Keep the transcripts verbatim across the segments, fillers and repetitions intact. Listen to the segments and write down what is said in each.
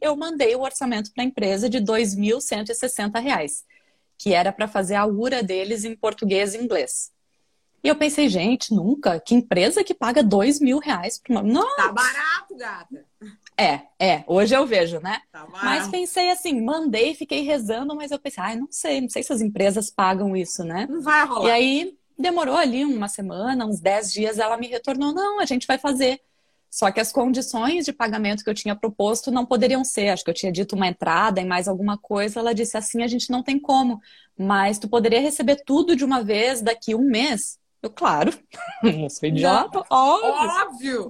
eu mandei o orçamento para a empresa de dois mil cento e sessenta reais, que era para fazer a U R A deles em português e inglês. E eu pensei, gente, nunca, que empresa que paga dois mil reais para uma... Não! Tá barato, gata! É, é, hoje eu vejo, né? Tá Mas pensei assim, mandei, fiquei rezando, mas eu pensei, ai, não sei, não sei se as empresas pagam isso, né? Não vai rolar. E aí, demorou ali uma semana, uns dez dias, ela me retornou, não, a gente vai fazer. Só que as condições de pagamento que eu tinha proposto não poderiam ser. Acho que eu tinha dito uma entrada e mais alguma coisa. Ela disse assim, a gente não tem como, mas tu poderia receber tudo de uma vez daqui um mês. Eu, claro, não sou idiota, Não. óbvio. Óbvio!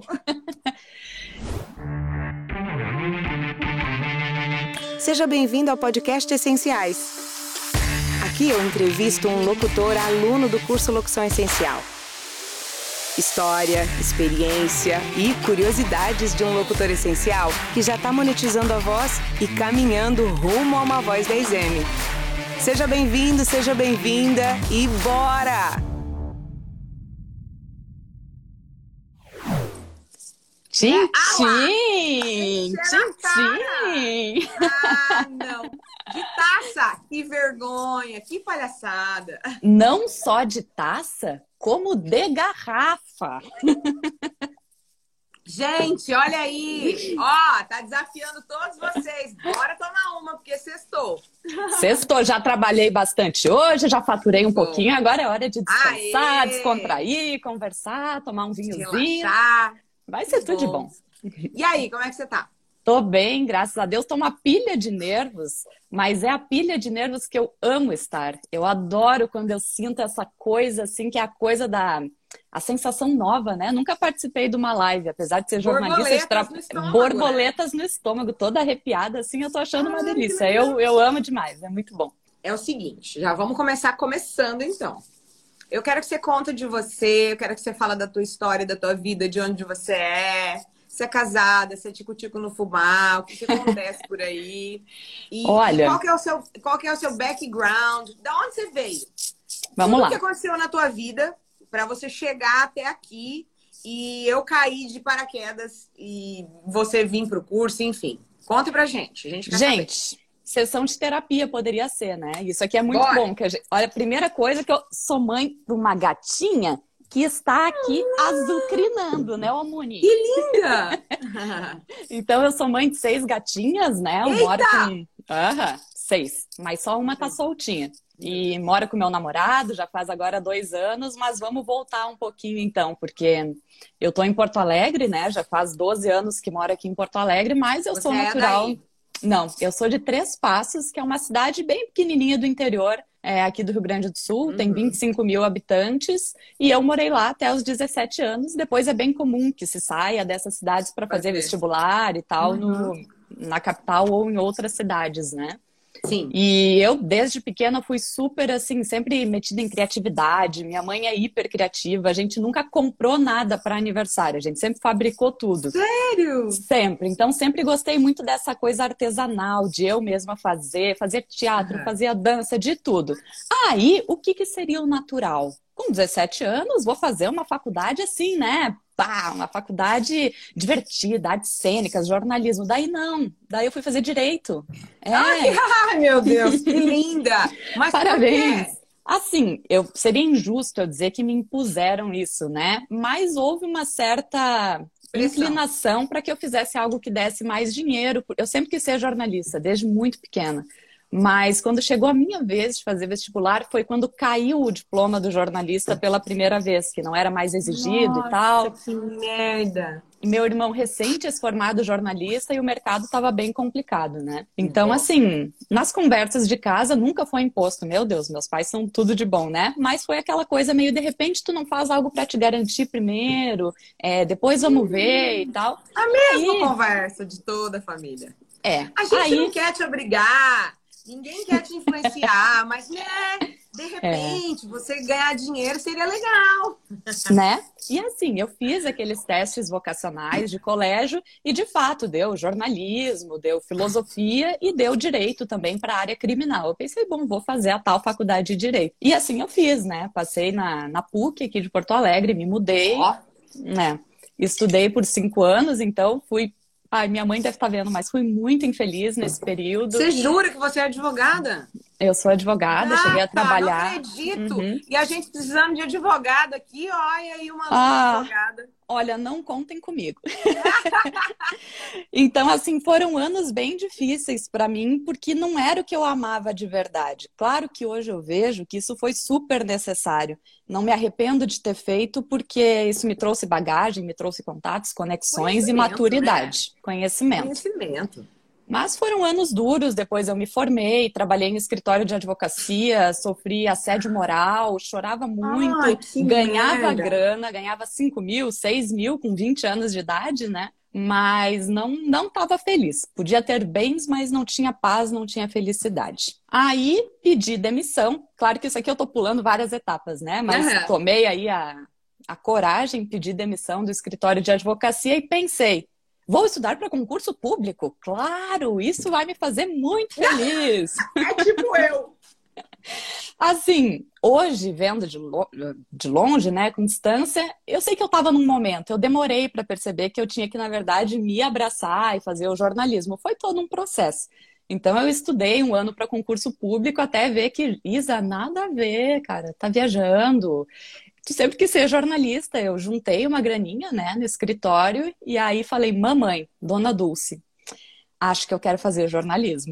Seja bem-vindo ao podcast Essenciais. Aqui eu entrevisto um locutor aluno do curso Locução Essencial. História, experiência e curiosidades de um locutor essencial que já está monetizando a voz e caminhando rumo a uma voz dez M. Seja bem-vindo, seja bem-vinda e bora! Tchim, tchim! Tchim, tchim! Ah, não! De taça! Que vergonha! Que palhaçada! Não só de taça, como de garrafa. Gente, olha aí! Ó, tá desafiando todos vocês. Bora tomar uma, porque sextou. Sextou, já trabalhei bastante hoje, já faturei um Bom. pouquinho. Agora é hora de descansar, Aê! descontrair, conversar, tomar um vinhozinho. Relaxar. Vai ser tudo de bom. E aí, como é que você tá? Tô bem, graças a Deus. Tô uma pilha de nervos, mas é a pilha de nervos que eu amo estar. Eu adoro quando eu sinto essa coisa, assim, que é a coisa da... A sensação nova, né? Nunca participei de uma live, apesar de ser jornalista de tra... no estômago, Borboletas né? no estômago, toda arrepiada, assim, eu tô achando uma delícia. Eu, eu amo demais, é muito bom. É o seguinte, já vamos começar começando, então. Eu quero que você conte de você, eu quero que você fale da tua história, da tua vida, de onde você é, se é casada, se é tico-tico no fubá, o que, que acontece por aí. E, Olha, e qual que é o seu, qual que é o seu background, da onde você veio? Vamos Tudo lá. O que aconteceu na tua vida para você chegar até aqui e eu cair de paraquedas e você vir pro curso, enfim. Conta pra gente, a gente quer Gente... saber. Sessão de terapia poderia ser, né? Isso aqui é muito Bora. bom. Que a gente... Olha, a primeira coisa que eu sou mãe de uma gatinha que está aqui ah, azucrinando, né, ô Moni? Que linda! Então, eu sou mãe de seis gatinhas, né? Eu Eita! moro com... Aham, seis. Mas só uma tá soltinha. E moro com meu namorado, já faz agora dois anos, mas vamos voltar um pouquinho então, porque eu tô em Porto Alegre, né? Já faz doze anos que moro aqui em Porto Alegre, mas eu Você sou é natural... daí? Não, eu sou de Três Passos, que é uma cidade bem pequenininha do interior, é, aqui do Rio Grande do Sul, uhum. Tem vinte e cinco mil habitantes, e eu morei lá até os dezessete anos. Depois é bem comum que se saia dessas cidades para fazer vestibular e tal, uhum. no, na capital ou em outras cidades, né? Sim. E eu, desde pequena, fui super, assim, sempre metida em criatividade. Minha mãe é hiper criativa. A gente nunca comprou nada para aniversário. A gente sempre fabricou tudo. Sério? Sempre. Então, sempre gostei muito dessa coisa artesanal, de eu mesma fazer, fazer teatro, uhum. fazer dança, de tudo. Aí, o que, que seria o natural? Com dezessete anos, vou fazer uma faculdade assim, né? Pá, uma faculdade divertida, artes cênicas, jornalismo. Daí não, daí eu fui fazer direito. É. Ai, ai, meu Deus, que linda! Mas parabéns! Assim, eu seria injusto eu dizer que me impuseram isso, né? Mas houve uma certa Pressão. inclinação para que eu fizesse algo que desse mais dinheiro. Eu sempre quis ser jornalista, desde muito pequena. Mas quando chegou a minha vez de fazer vestibular, foi quando caiu o diploma do jornalista pela primeira vez, que não era mais exigido. Nossa, e tal. Que merda! Meu irmão recente é formado jornalista e o mercado estava bem complicado, né? Então, Nossa. assim, nas conversas de casa nunca foi imposto. Meu Deus, meus pais são tudo de bom, né? Mas foi aquela coisa meio, de repente, tu não faz algo para te garantir primeiro, é, depois vamos ver e tal. A mesma aí... conversa de toda a família. É. A gente aí... não quer te obrigar. Ninguém quer te influenciar, mas, né, de repente, é. você ganhar dinheiro seria legal. Né? E assim, eu fiz aqueles testes vocacionais de colégio e, de fato, deu jornalismo, deu filosofia e deu direito também para a área criminal. Eu pensei, bom, vou fazer a tal faculdade de direito. E assim eu fiz, né? Passei na, na PUC aqui de Porto Alegre, me mudei, oh. né? Estudei por cinco anos, então fui Ai, minha mãe deve estar vendo, mas fui muito infeliz nesse período. Você jura que você é advogada? Eu sou advogada, Ah, cheguei a tá, trabalhar. não acredito. Uhum. E a gente precisando de advogado aqui, olha aí uma Ah, advogada. olha, não contem comigo. Então, assim, foram anos bem difíceis para mim, porque não era o que eu amava de verdade. Claro que hoje eu vejo que isso foi super necessário. Não me arrependo de ter feito, porque isso me trouxe bagagem, me trouxe contatos, conexões e maturidade. Né? Conhecimento. Conhecimento. Mas foram anos duros, depois eu me formei, trabalhei em escritório de advocacia, sofri assédio moral, chorava muito, Ai, que ganhava merda. grana, ganhava cinco mil, seis mil com vinte anos de idade, né? Mas não não estava feliz. Podia ter bens, mas não tinha paz, não tinha felicidade. Aí pedi demissão. Claro que isso aqui eu tô pulando várias etapas, né? Mas Uhum. tomei aí a, a coragem, pedi demissão do escritório de advocacia e pensei, vou estudar para concurso público? Claro, isso vai me fazer muito feliz. É tipo eu. Assim, hoje, vendo de, lo de longe, né, com distância, eu sei que eu estava num momento, eu demorei para perceber que eu tinha que, na verdade, me abraçar e fazer o jornalismo. Foi todo um processo. Então, eu estudei um ano para concurso público até ver que, Isa, nada a ver, cara, tá viajando. Tu sempre quis ser jornalista, eu juntei uma graninha, né, no escritório e aí falei, mamãe, dona Dulce, acho que eu quero fazer jornalismo.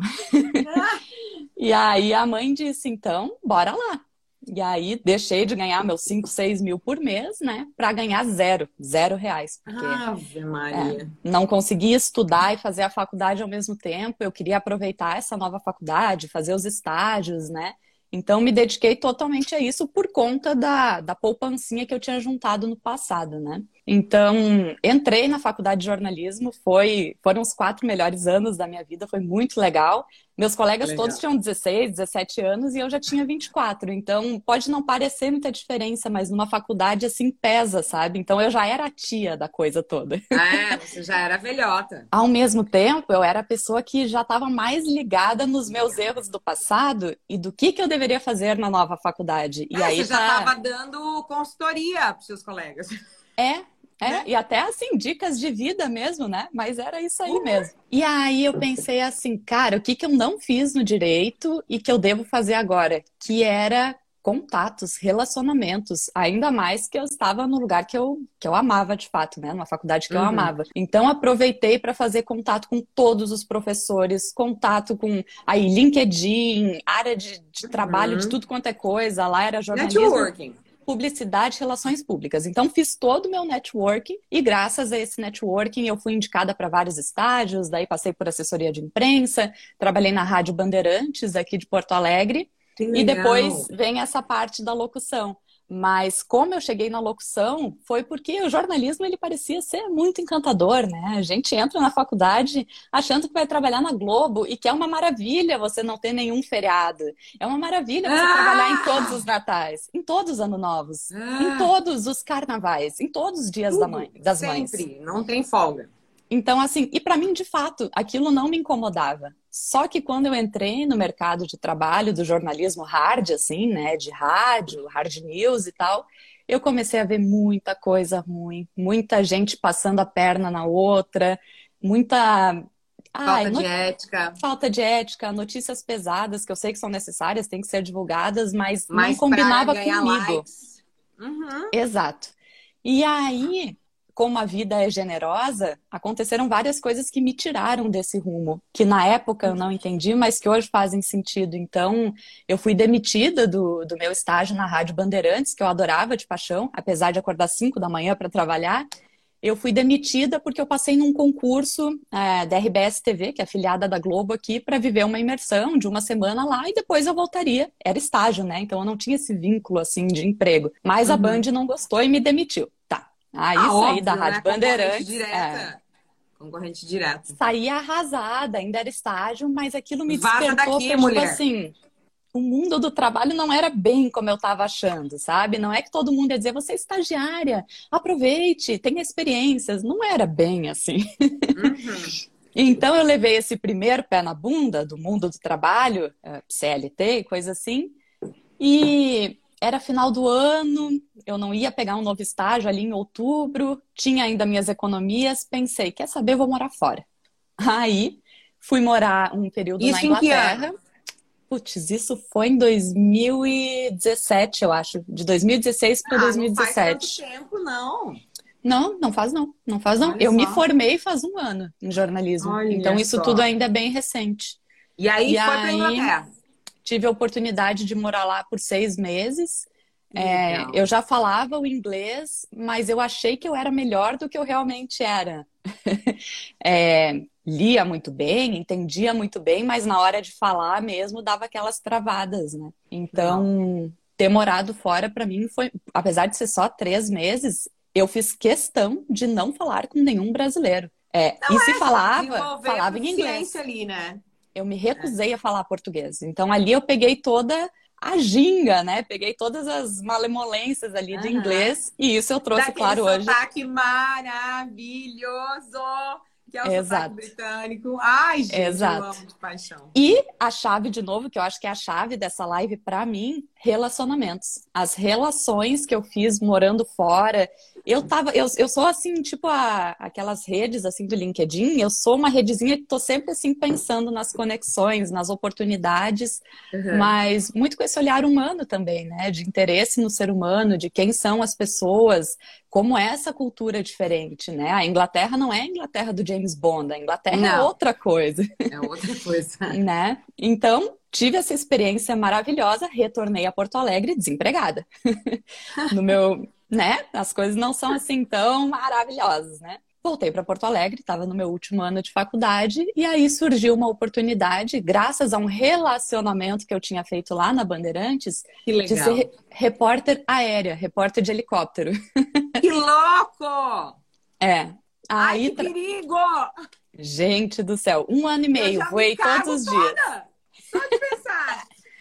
E aí a mãe disse, então, bora lá. E aí deixei de ganhar meus cinco, seis mil por mês, né, para ganhar zero, zero reais. Porque Ave Maria. é, não conseguia estudar e fazer a faculdade ao mesmo tempo, eu queria aproveitar essa nova faculdade, fazer os estágios, né. Então, me dediquei totalmente a isso por conta da, da poupancinha que eu tinha juntado no passado, né? Então, entrei na faculdade de jornalismo, foi, foram os quatro melhores anos da minha vida, foi muito legal. Meus colegas Legal. todos tinham dezesseis, dezessete anos e eu já tinha vinte e quatro. Então, pode não parecer muita diferença, mas numa faculdade, assim, pesa, sabe? Então, eu já era a tia da coisa toda. É, você já era velhota. Ao mesmo tempo, eu era a pessoa que já estava mais ligada nos meus erros do passado e do que, que eu deveria fazer na nova faculdade. E É, aí você já tá... estava dando consultoria para os seus colegas. É, é, Né? e até assim, dicas de vida mesmo, né? Mas era isso aí mesmo. E aí eu pensei assim, cara, o que que eu não fiz no direito e que eu devo fazer agora? Que era contatos, relacionamentos, ainda mais que eu estava no lugar que eu, que eu amava de fato, né? Numa faculdade que eu Uhum. amava. Então aproveitei para fazer contato com todos os professores, contato com aí LinkedIn, área de, de trabalho, Uhum. de tudo quanto é coisa. Lá era jornalismo. Networking. Publicidade e relações públicas. Então, fiz todo o meu networking e graças a esse networking eu fui indicada para vários estágios, daí passei por assessoria de imprensa, trabalhei na Rádio Bandeirantes aqui de Porto Alegre Que e legal. depois vem essa parte da locução. Mas como eu cheguei na locução, foi porque o jornalismo ele parecia ser muito encantador, né? A gente entra na faculdade achando que vai trabalhar na Globo e que é uma maravilha você não ter nenhum feriado. É uma maravilha você Ah! trabalhar em todos os natais, em todos os anos novos, Ah! em todos os carnavais, em todos os dias da mãe, das mães. Sempre, não tem folga. Então, assim, e para mim, de fato, aquilo não me incomodava. Só que quando eu entrei no mercado de trabalho do jornalismo hard, assim, né, de rádio, hard news e tal, eu comecei a ver muita coisa ruim, muita gente passando a perna na outra, muita... Ai, Falta no... de ética. Falta de ética, notícias pesadas, que eu sei que são necessárias, têm que ser divulgadas, mas, Mas não combinava pra ganhar comigo. likes. Uhum. Exato. E aí, como a vida é generosa, aconteceram várias coisas que me tiraram desse rumo, que na época eu não entendi, mas que hoje fazem sentido. Então, eu fui demitida do, do meu estágio na Rádio Bandeirantes, que eu adorava de paixão, apesar de acordar cinco da manhã para trabalhar. Eu fui demitida porque eu passei num concurso é, da R B S T V, que é afiliada da Globo aqui, para viver uma imersão de uma semana lá e depois eu voltaria. Era estágio, né? Então eu não tinha esse vínculo assim de emprego. Mas a Uhum. Band não gostou e me demitiu. Tá. Aí Ah, saí óbvio, da Rádio né? Concorrente Bandeirantes. direta. É, Concorrente direta. saí arrasada, ainda era estágio, mas aquilo me Vaza despertou daqui, pra, mulher. tipo assim, o mundo do trabalho não era bem como eu estava achando, sabe? Não é que todo mundo ia dizer, você é estagiária, aproveite, tenha experiências. Não era bem assim. Uhum. Então eu levei esse primeiro pé na bunda do mundo do trabalho, C L T e coisa assim, e era final do ano, eu não ia pegar um novo estágio ali em outubro, tinha ainda minhas economias, pensei, quer saber, vou morar fora. Aí fui morar um período Isso na em que Inglaterra. ano? Putz, isso foi em dois mil e dezessete, eu acho. De dois mil e dezesseis para Ah, não faz tanto dois mil e dezessete. tempo, não. Não, não faz não. Não faz não. Olha Eu me só. formei faz um ano em jornalismo. Olha Então isso tudo só. ainda é bem recente. E aí E foi para aí Inglaterra. tive a oportunidade de morar lá por seis meses. É, Legal. eu já falava o inglês, mas eu achei que eu era melhor do que eu realmente era. É, lia muito bem, entendia muito bem, mas na hora de falar mesmo dava aquelas travadas, né? Então, ter morado fora para mim foi, apesar de ser só três meses, eu fiz questão de não falar com nenhum brasileiro. É, Não e se é, falava, desenvolver a falava em inglês. proficiência ali, né? Eu me recusei a falar português. Então ali eu peguei toda a ginga, né? Peguei todas as malemolências ali de Aham. inglês e isso eu trouxe, Daquele claro, hoje. sotaque maravilhoso, que é o sotaque Exato, britânico. Ai, gente, eu exato. amo de paixão. E a chave, de novo, que eu acho que é a chave dessa live pra mim, relacionamentos. As relações que eu fiz morando fora. Eu tava, eu, eu sou assim, tipo a, aquelas redes assim do LinkedIn, eu sou uma redezinha que tô sempre assim pensando nas conexões, nas oportunidades, Uhum. mas muito com esse olhar humano também, né? De interesse no ser humano, de quem são as pessoas, como é essa cultura diferente, né? A Inglaterra não é a Inglaterra do James Bond, a Inglaterra é Não, outra coisa. é outra coisa. Né? Então, tive essa experiência maravilhosa, retornei a Porto Alegre desempregada. No meu, né? As coisas não são assim tão maravilhosas, né? Voltei para Porto Alegre, estava no meu último ano de faculdade e aí surgiu uma oportunidade, graças a um relacionamento que eu tinha feito lá na Bandeirantes, Que de ser legal. re- repórter aérea, repórter de helicóptero. Que louco! É. Ai, Aí, que tra- perigo! gente do céu, um ano e Eu meio, já me voei todos cago os dias. toda! Só de pensar.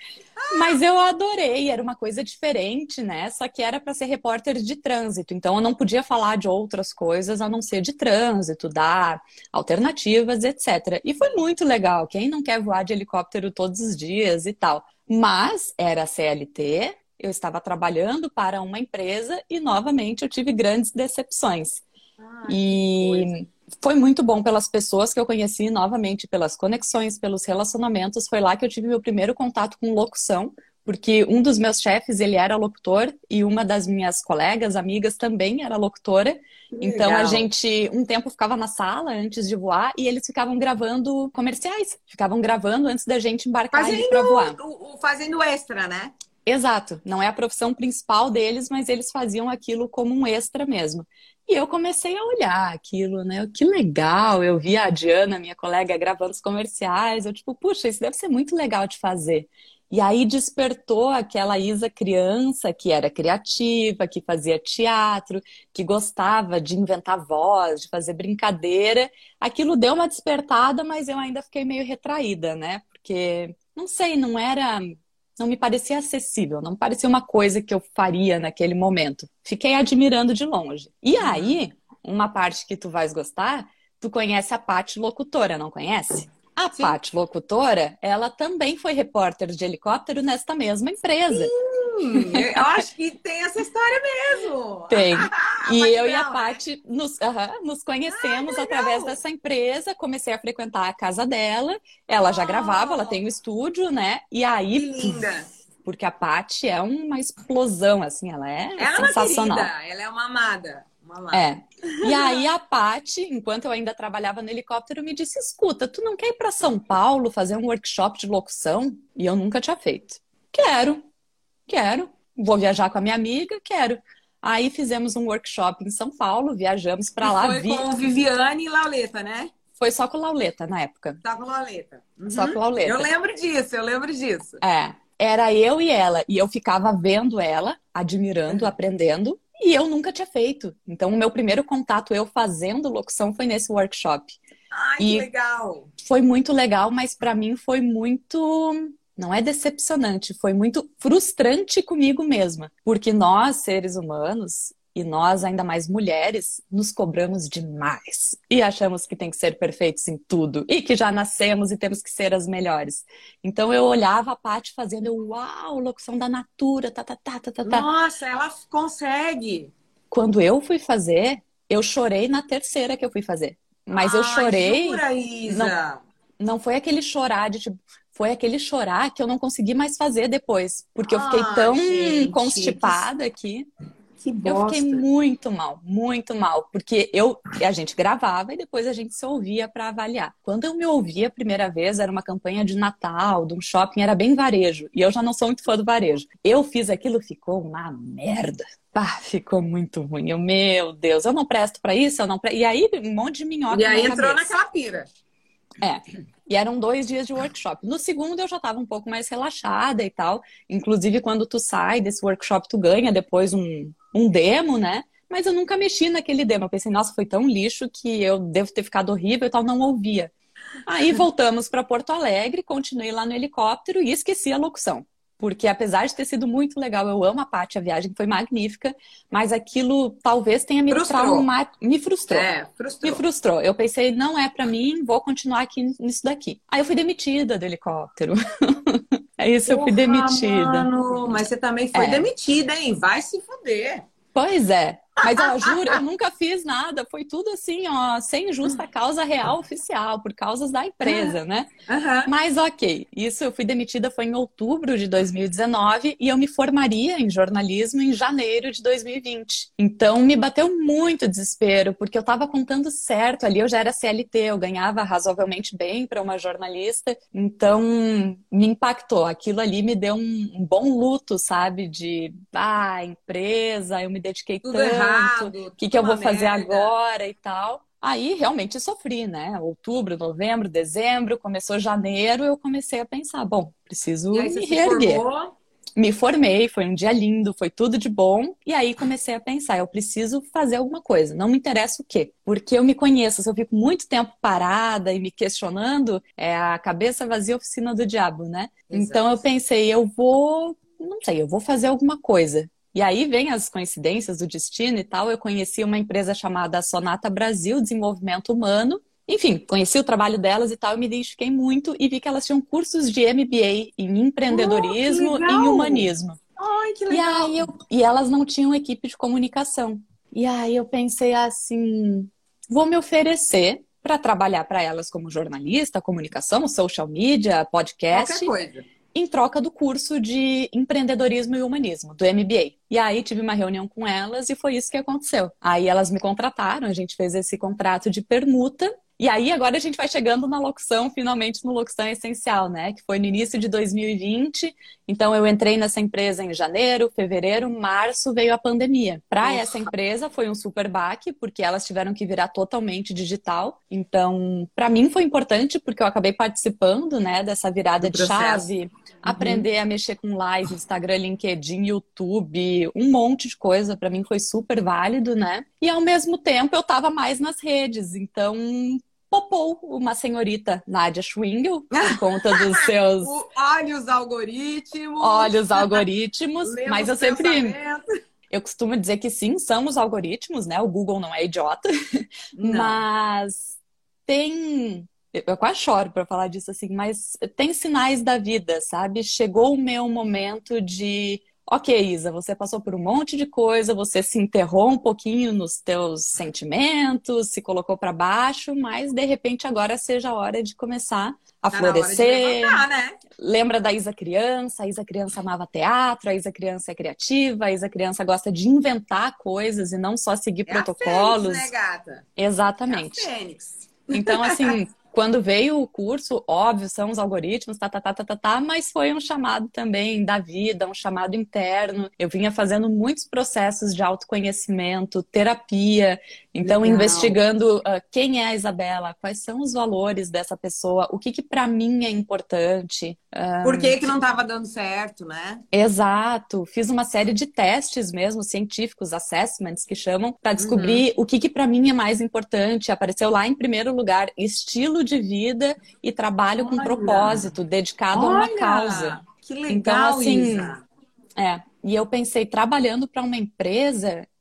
Mas eu adorei, era uma coisa diferente, né? Só que era para ser repórter de trânsito, então eu não podia falar de outras coisas a não ser de trânsito, dar alternativas, etcétera. E foi muito legal. Quem não quer voar de helicóptero todos os dias e tal? Mas era C L T, eu estava trabalhando para uma empresa e novamente eu tive grandes decepções. Ai, que coisa. E foi muito bom pelas pessoas que eu conheci, novamente, pelas conexões, pelos relacionamentos. Foi lá que eu tive meu primeiro contato com locução, porque um dos meus chefes, ele era locutor e uma das minhas colegas, amigas, também era locutora. Que Então a legal. gente, um tempo, ficava na sala antes de voar e eles ficavam gravando comerciais, ficavam gravando antes da gente embarcar ali para voar. Fazendo, o, o- fazendo extra, né? Exato, não é a profissão principal deles, mas eles faziam aquilo como um extra mesmo. E eu comecei a olhar aquilo, né? Que legal! Eu vi a Diana, minha colega, gravando os comerciais. Eu, tipo, puxa, isso deve ser muito legal de fazer. E aí despertou aquela Isa criança que era criativa, que fazia teatro, que gostava de inventar voz, de fazer brincadeira. Aquilo deu uma despertada, mas eu ainda fiquei meio retraída, né? Porque, não sei, não era. Não me parecia acessível, não parecia uma coisa que eu faria naquele momento. Fiquei admirando de longe. E aí, uma parte que tu vais gostar, tu conhece a Paty Locutora, não conhece? A Sim. Paty Locutora, ela também foi repórter de helicóptero nesta mesma empresa. Hum, eu acho que tem essa história mesmo. Tem. A E Paty eu e a Brown, né? Paty nos, aham, nos conhecemos através dessa empresa. Comecei a frequentar a casa dela. Ela já gravava, ela tem o estúdio, né? E Que aí, linda. porque a Paty é uma explosão, assim, ela é Ela é uma sensacional. querida, ela é uma amada. Uma amada. É. E aí a Paty, enquanto eu ainda trabalhava no helicóptero, me disse: escuta, tu não quer ir para São Paulo fazer um workshop de locução? E eu nunca tinha feito. Quero, quero. Vou viajar com a minha amiga, quero. Aí fizemos um workshop em São Paulo, viajamos para E lá. foi Vi... com Viviane e Lauleta, né? Foi só com Lauleta na época. Tá com Lauleta. Uhum. Só com Lauleta. Eu lembro disso, eu lembro disso. É. Era eu e ela. E eu ficava vendo ela, admirando, aprendendo. E eu nunca tinha feito. Então, o meu primeiro contato, eu fazendo locução, foi nesse workshop. Ai, E que legal. foi muito legal, mas para mim foi muito... Não é decepcionante, foi muito frustrante comigo mesma. Porque nós, seres humanos, E nós, ainda mais mulheres, nos cobramos demais. E achamos que tem que ser perfeitos em tudo. E que já nascemos e temos que ser as melhores. Então eu olhava a Paty fazendo, eu, uau, locução da Natura, tá, tá, tá, tá, tá, tá. Nossa, ela consegue! Quando eu fui fazer, eu chorei na terceira que eu fui fazer. Mas eu chorei... Jura, Isa? Não, não foi aquele chorar de tipo... Foi aquele chorar que eu não consegui mais fazer depois. Porque eu fiquei Ai, tão gente, constipada aqui. Que Eu bosta. fiquei muito mal, muito mal. Porque eu, a gente gravava e depois a gente se ouvia para avaliar. Quando eu me ouvi a primeira vez, era uma campanha de Natal, de um shopping, era bem varejo. E eu já não sou muito fã do varejo. Eu fiz aquilo, ficou uma merda. Pá, ficou muito ruim. Eu, meu Deus, eu não presto pra isso, eu não presto. E aí, um monte de minhoca. E aí na entrou cabeça. naquela pira. É. E eram dois dias de workshop. No segundo, eu já estava um pouco mais relaxada e tal. Inclusive, quando tu sai desse workshop, tu ganha depois um, um demo, né? Mas eu nunca mexi naquele demo. Eu pensei, nossa, foi tão lixo que eu devo ter ficado horrível e tal, não ouvia. Aí voltamos para Porto Alegre, continuei lá no helicóptero e esqueci a locução. Porque apesar de ter sido muito legal, eu amo a Paty, a viagem foi magnífica, mas aquilo talvez tenha me traumatizado. Me frustrou. É, frustrou. Me frustrou. Eu pensei, não é pra mim, vou continuar aqui nisso daqui. Aí eu fui demitida do helicóptero. É isso, eu fui Porra, demitida. Mano, mas você também foi É. demitida, hein? Vai se foder. Pois é. Mas eu juro, eu nunca fiz nada. Foi tudo assim, ó, sem justa causa real oficial, por causas da empresa, né? Uhum. Mas ok, isso eu fui demitida foi em outubro de dois mil e dezenove e eu me formaria em jornalismo em janeiro de dois mil e vinte. Então me bateu muito desespero, porque eu estava contando certo ali, eu já era C L T, eu ganhava razoavelmente bem para uma jornalista, então me impactou. Aquilo ali me deu um, um bom luto, sabe? De, ah, empresa, eu me dediquei Tudo tanto. errado. O que, que eu vou fazer merda. agora e tal. Aí realmente sofri, né? Outubro, novembro, dezembro, começou janeiro, eu comecei a pensar, bom, preciso E aí você me se reerguer. formou? Me formei, foi um dia lindo, foi tudo de bom. E aí comecei a pensar, eu preciso fazer alguma coisa, não me interessa o quê. Porque eu me conheço, se eu fico muito tempo parada e me questionando, é a cabeça vazia, oficina do diabo, né? Exato. Então eu pensei, eu vou, não sei, eu vou fazer alguma coisa. E aí vem as coincidências do destino e tal. Eu conheci uma empresa chamada Sonata Brasil Desenvolvimento Humano. Enfim, conheci o trabalho delas e tal, eu me identifiquei muito e vi que elas tinham cursos de M B A em empreendedorismo Oh, que e em legal. humanismo. Ai, que E legal. aí eu, e elas não tinham equipe de comunicação. E aí eu pensei assim, vou me oferecer para trabalhar para elas como jornalista, comunicação, social media, podcast. Qualquer coisa. Em troca do curso de empreendedorismo e humanismo, do M B A. E aí tive uma reunião com elas e foi isso que aconteceu. Aí elas me contrataram, a gente fez esse contrato de permuta. E aí agora a gente vai chegando na locução, finalmente no Locução Essencial, né? Que foi no início de dois mil e vinte. Então eu entrei nessa empresa em janeiro, fevereiro, março veio a pandemia. Para essa empresa foi um super baque, porque elas tiveram que virar totalmente digital. Então, para mim foi importante, porque eu acabei participando, né, dessa virada de chave. Aprender a mexer com live, Instagram, LinkedIn, YouTube, um monte de coisa. Para mim foi super válido, né? E ao mesmo tempo eu tava mais nas redes. Então, popou uma senhorita, Nádia Schwingel, por conta dos seus... Olha os algoritmos. Olha os algoritmos. Mas eu sempre... Pensamento. Eu costumo dizer que sim, são os algoritmos, né? O Google não é idiota. Não. Mas tem... Eu quase choro para falar disso assim, mas tem sinais da vida, sabe? Chegou o meu momento de... Ok, Isa, você passou por um monte de coisa, você se enterrou um pouquinho nos teus sentimentos, se colocou para baixo, mas de repente agora seja a hora de começar a Tá florescer. Na hora de levantar, né? Lembra da Isa criança? A Isa criança amava teatro, a Isa criança é criativa, a Isa criança gosta de inventar coisas e não só seguir É protocolos. a Fênix, né, gata? Exatamente. É a Fênix. Então, assim, quando veio o curso, óbvio, são os algoritmos, tá, tá, tá, tá, tá, tá, mas foi um chamado também da vida, um chamado interno. Eu vinha fazendo muitos processos de autoconhecimento, terapia, então Legal. investigando uh, quem é a Isabela, quais são os valores dessa pessoa, o que que para mim é importante. Um... Por que que não estava dando certo, né? Exato. Fiz uma série de testes mesmo, científicos, assessments que chamam, para descobrir uhum. o que que para mim é mais importante. Apareceu lá em primeiro lugar, estilo de vida e trabalho com Olha. propósito, dedicado Olha. a uma causa. Que legal, então, assim, Isa. É, e eu pensei, trabalhando para uma empresa,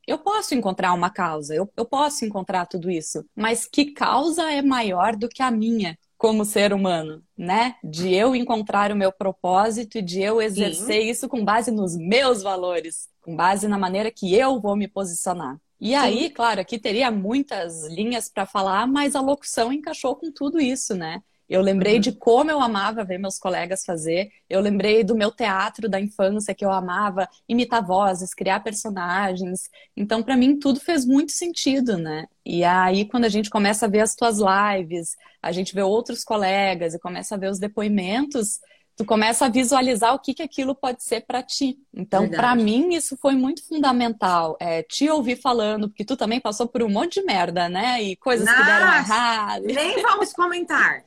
eu posso encontrar uma causa, eu, eu posso encontrar tudo isso, mas que causa é maior do que a minha como ser humano, né? De eu encontrar o meu propósito e de eu exercer Sim. isso com base nos meus valores, com base na maneira que eu vou me posicionar. E Sim. aí, claro, aqui teria muitas linhas para falar, mas a locução encaixou com tudo isso, né? Eu lembrei uhum. de como eu amava ver meus colegas fazer. Eu lembrei do meu teatro da infância, que eu amava imitar vozes, criar personagens. Então, para mim, tudo fez muito sentido, né? E aí, quando a gente começa a ver as tuas lives, a gente vê outros colegas e começa a ver os depoimentos, tu começa a visualizar o que, que aquilo pode ser para ti. Então, para mim, isso foi muito fundamental. É, te ouvir falando, porque tu também passou por um monte de merda, né? E coisas Nossa, que deram errado. Nem vamos comentar.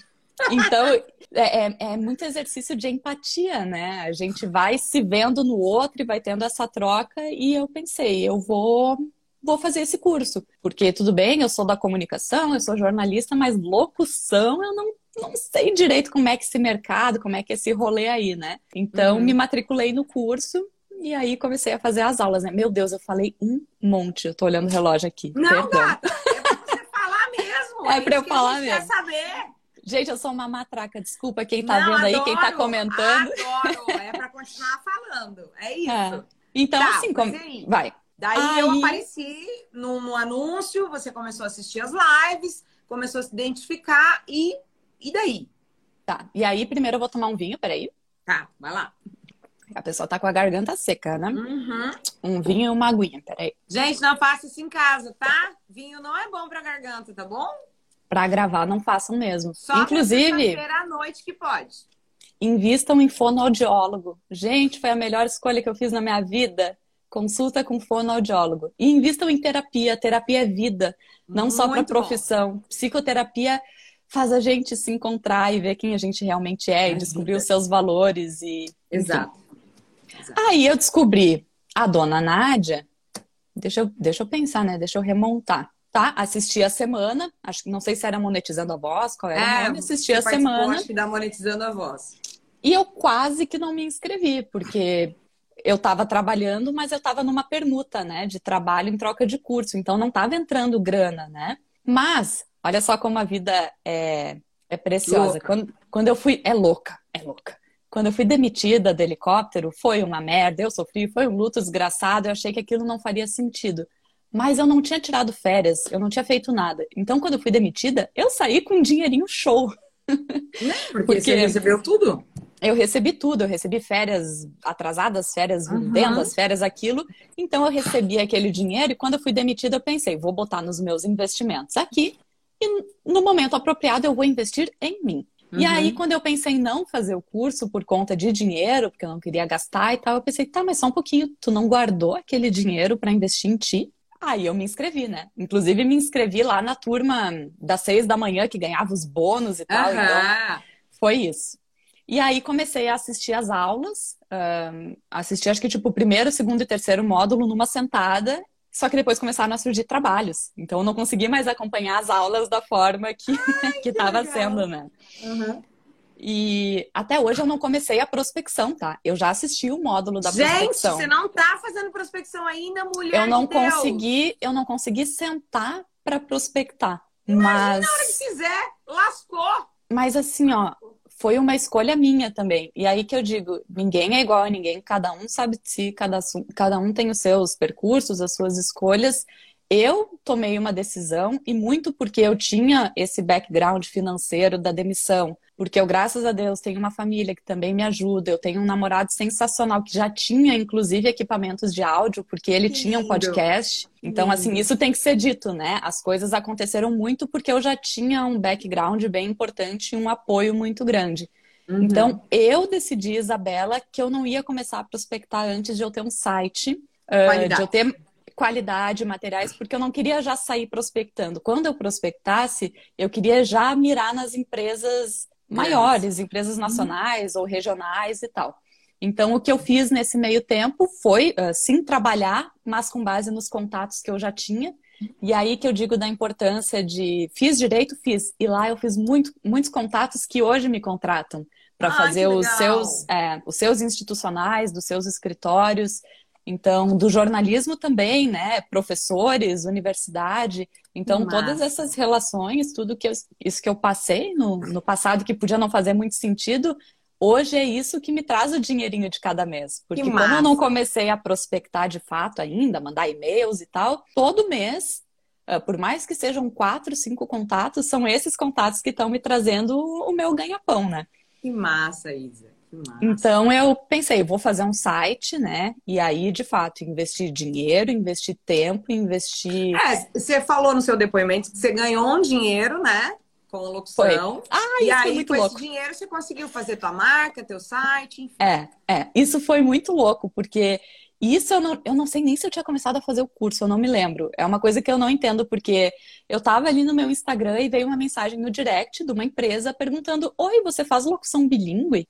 Então, é, é, é muito exercício de empatia, né? A gente vai se vendo no outro e vai tendo essa troca. E eu pensei, eu vou... vou fazer esse curso. Porque, tudo bem, eu sou da comunicação, eu sou jornalista, mas locução eu não não sei direito como é que esse mercado, como é que esse rolê aí, né? Então, uhum. me matriculei no curso e aí comecei a fazer as aulas, né? Meu Deus, eu falei um monte. Eu tô olhando o relógio aqui. Não, Perdão. gata, é pra você falar mesmo. É pra eu falar a gente mesmo. Quer saber. Gente, eu sou uma matraca. Desculpa quem tá não, vendo adoro, aí, quem tá comentando. Adoro, é pra continuar falando. É isso. É. Então, tá, assim, como... aí, vai. Daí aí... eu apareci no, no anúncio, você começou a assistir as lives, começou a se identificar e... E daí? Tá, e aí primeiro eu vou tomar um vinho, peraí. Tá, vai lá. A pessoa tá com a garganta seca, né? Uhum. Um vinho e uma aguinha, peraí. Gente, não faça isso em casa, tá? Vinho não é bom pra garganta, tá bom? Pra gravar, não façam mesmo. Só Inclusive, à noite que pode. Invistam em fonoaudiólogo. Gente, foi a melhor escolha que eu fiz na minha vida. Consulta com fonoaudiólogo. E invistam em terapia. Terapia é vida, não Muito só pra profissão. Bom. Psicoterapia faz a gente se encontrar e ver quem a gente realmente é, é e descobrir vida. Os seus valores e... Exato. Exato. Aí eu descobri a dona Nádia, deixa eu, deixa eu pensar, né? Deixa eu remontar, tá? Assisti a semana, acho que não sei se era Monetizando a Voz, qual era é, o nome, assisti a semana. Acho que da Monetizando a Voz. E eu quase que não me inscrevi, porque eu estava trabalhando, mas eu estava numa permuta, né? De trabalho em troca de curso, então não estava entrando grana, né? Mas... olha só como a vida é, é preciosa. Quando, quando eu fui... É louca, é louca. Quando eu fui demitida do helicóptero, foi uma merda, eu sofri, foi um luto desgraçado, eu achei que aquilo não faria sentido. Mas eu não tinha tirado férias, eu não tinha feito nada. Então, quando eu fui demitida, eu saí com um dinheirinho show. Porque, Porque você recebeu tudo? Eu recebi tudo, eu recebi férias atrasadas, férias vendas, uhum. férias aquilo. Então, eu recebi aquele dinheiro e quando eu fui demitida, eu pensei, vou botar nos meus investimentos aqui. E no momento apropriado eu vou investir em mim. Uhum. E aí, quando eu pensei em não fazer o curso por conta de dinheiro, porque eu não queria gastar e tal, eu pensei, tá, mas só um pouquinho, tu não guardou aquele dinheiro para investir em ti? Aí eu me inscrevi, né? Inclusive me inscrevi lá na turma das seis da manhã, que ganhava os bônus e tal. Uhum. Então, foi isso. E aí comecei a assistir as aulas, um, assisti acho que tipo o primeiro, segundo e terceiro módulo numa sentada. Só que depois começaram a surgir trabalhos. Então, eu não consegui mais acompanhar as aulas da forma que estava sendo, né? Uhum. E até hoje eu não comecei a prospecção, tá? Eu já assisti o módulo da Gente, prospecção. Gente, você não tá fazendo prospecção ainda, mulher eu não de Deus. consegui, Eu não consegui sentar para prospectar. Imagina mas... a hora que fizer, lascou! Mas assim, ó... foi uma escolha minha também. E aí que eu digo, ninguém é igual a ninguém, cada um sabe de si, cada, cada um tem os seus percursos, as suas escolhas. Eu tomei uma decisão, e muito porque eu tinha esse background financeiro da demissão. Porque eu, graças a Deus, tenho uma família que também me ajuda. Eu tenho um namorado sensacional que já tinha, inclusive, equipamentos de áudio, porque ele que tinha um podcast. Então, lindo. Assim, isso tem que ser dito, né? As coisas aconteceram muito porque eu já tinha um background bem importante e um apoio muito grande. Uhum. Então, eu decidi, Isabela, que eu não ia começar a prospectar antes de eu ter um site, uh, de eu ter qualidade, materiais, porque eu não queria já sair prospectando. Quando eu prospectasse, eu queria já mirar nas empresas maiores, empresas nacionais uhum. ou regionais e tal. Então, o que eu fiz nesse meio tempo foi, uh, sim, trabalhar, mas com base nos contatos que eu já tinha. E aí que eu digo da importância de... Fiz direito? Fiz. E lá eu fiz muito, muitos contatos que hoje me contratam para fazer os seus, é, os seus institucionais, dos seus escritórios. Então, do jornalismo também, né? Professores, universidade. Então, Que todas massa. essas relações, tudo que eu, isso que eu passei no, no passado, que podia não fazer muito sentido, hoje é isso que me traz o dinheirinho de cada mês. Que Porque como eu não massa. comecei a prospectar de fato ainda, mandar e-mails e tal, todo mês, ah, por mais que sejam quatro, cinco contatos, são esses contatos que estão me trazendo o meu ganha-pão, né? Que massa, Isa. Que massa. Então eu pensei, vou fazer um site, né? E aí, de fato, investir dinheiro, investir tempo, investir. É, você falou no seu depoimento que você ganhou um dinheiro, né? Com a Foi. locução. Ah, E isso foi aí, muito com esse louco. dinheiro, você conseguiu fazer tua marca, teu site, enfim. É, é. Isso foi muito louco, porque isso eu não, eu não sei nem se eu tinha começado a fazer o curso, eu não me lembro. É uma coisa que eu não entendo, porque eu tava ali no meu Instagram e veio uma mensagem no direct de uma empresa perguntando: Oi, você faz locução bilíngue?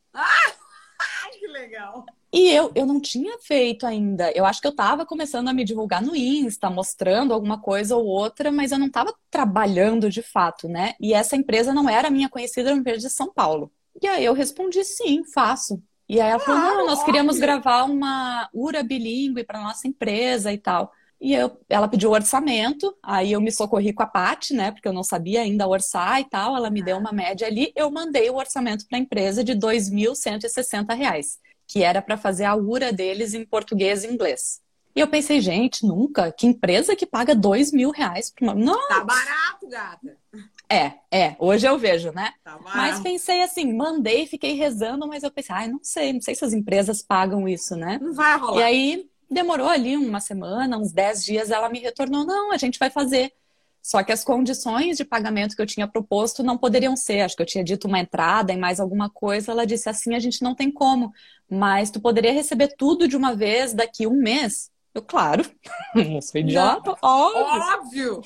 Ai, que legal. E eu, eu não tinha feito ainda. Eu acho que eu estava começando a me divulgar no Insta, mostrando alguma coisa ou outra, mas eu não estava trabalhando de fato, né? E essa empresa não era minha conhecida, era uma empresa de São Paulo. E aí eu respondi, sim, faço. E aí ela falou, não, Claro, nós queríamos óbvio. gravar uma URA bilíngue para nossa empresa e tal. E eu, ela pediu orçamento, aí eu me socorri com a Paty, né? Porque eu não sabia ainda orçar e tal. Ela me deu uma média ali, eu mandei o orçamento para a empresa de dois mil cento e sessenta reais, que era para fazer a URA deles em português e inglês. E eu pensei, gente, nunca? Que empresa que paga dois mil reais para uma... Não! Tá barato, gata. É, é, hoje eu vejo, né? Tá Mas barato. pensei assim, mandei, fiquei rezando, mas eu pensei, ai, não sei, não sei se as empresas pagam isso, né? Não vai E rolar. aí demorou ali uma semana, uns dez dias, ela me retornou, não, a gente vai fazer. Só que as condições de pagamento que eu tinha proposto não poderiam ser. Acho que eu tinha dito uma entrada e mais alguma coisa. Ela disse assim, a gente não tem como, mas tu poderia receber tudo de uma vez daqui um mês. Eu, claro, não sou idiota, óbvio. Óbvio.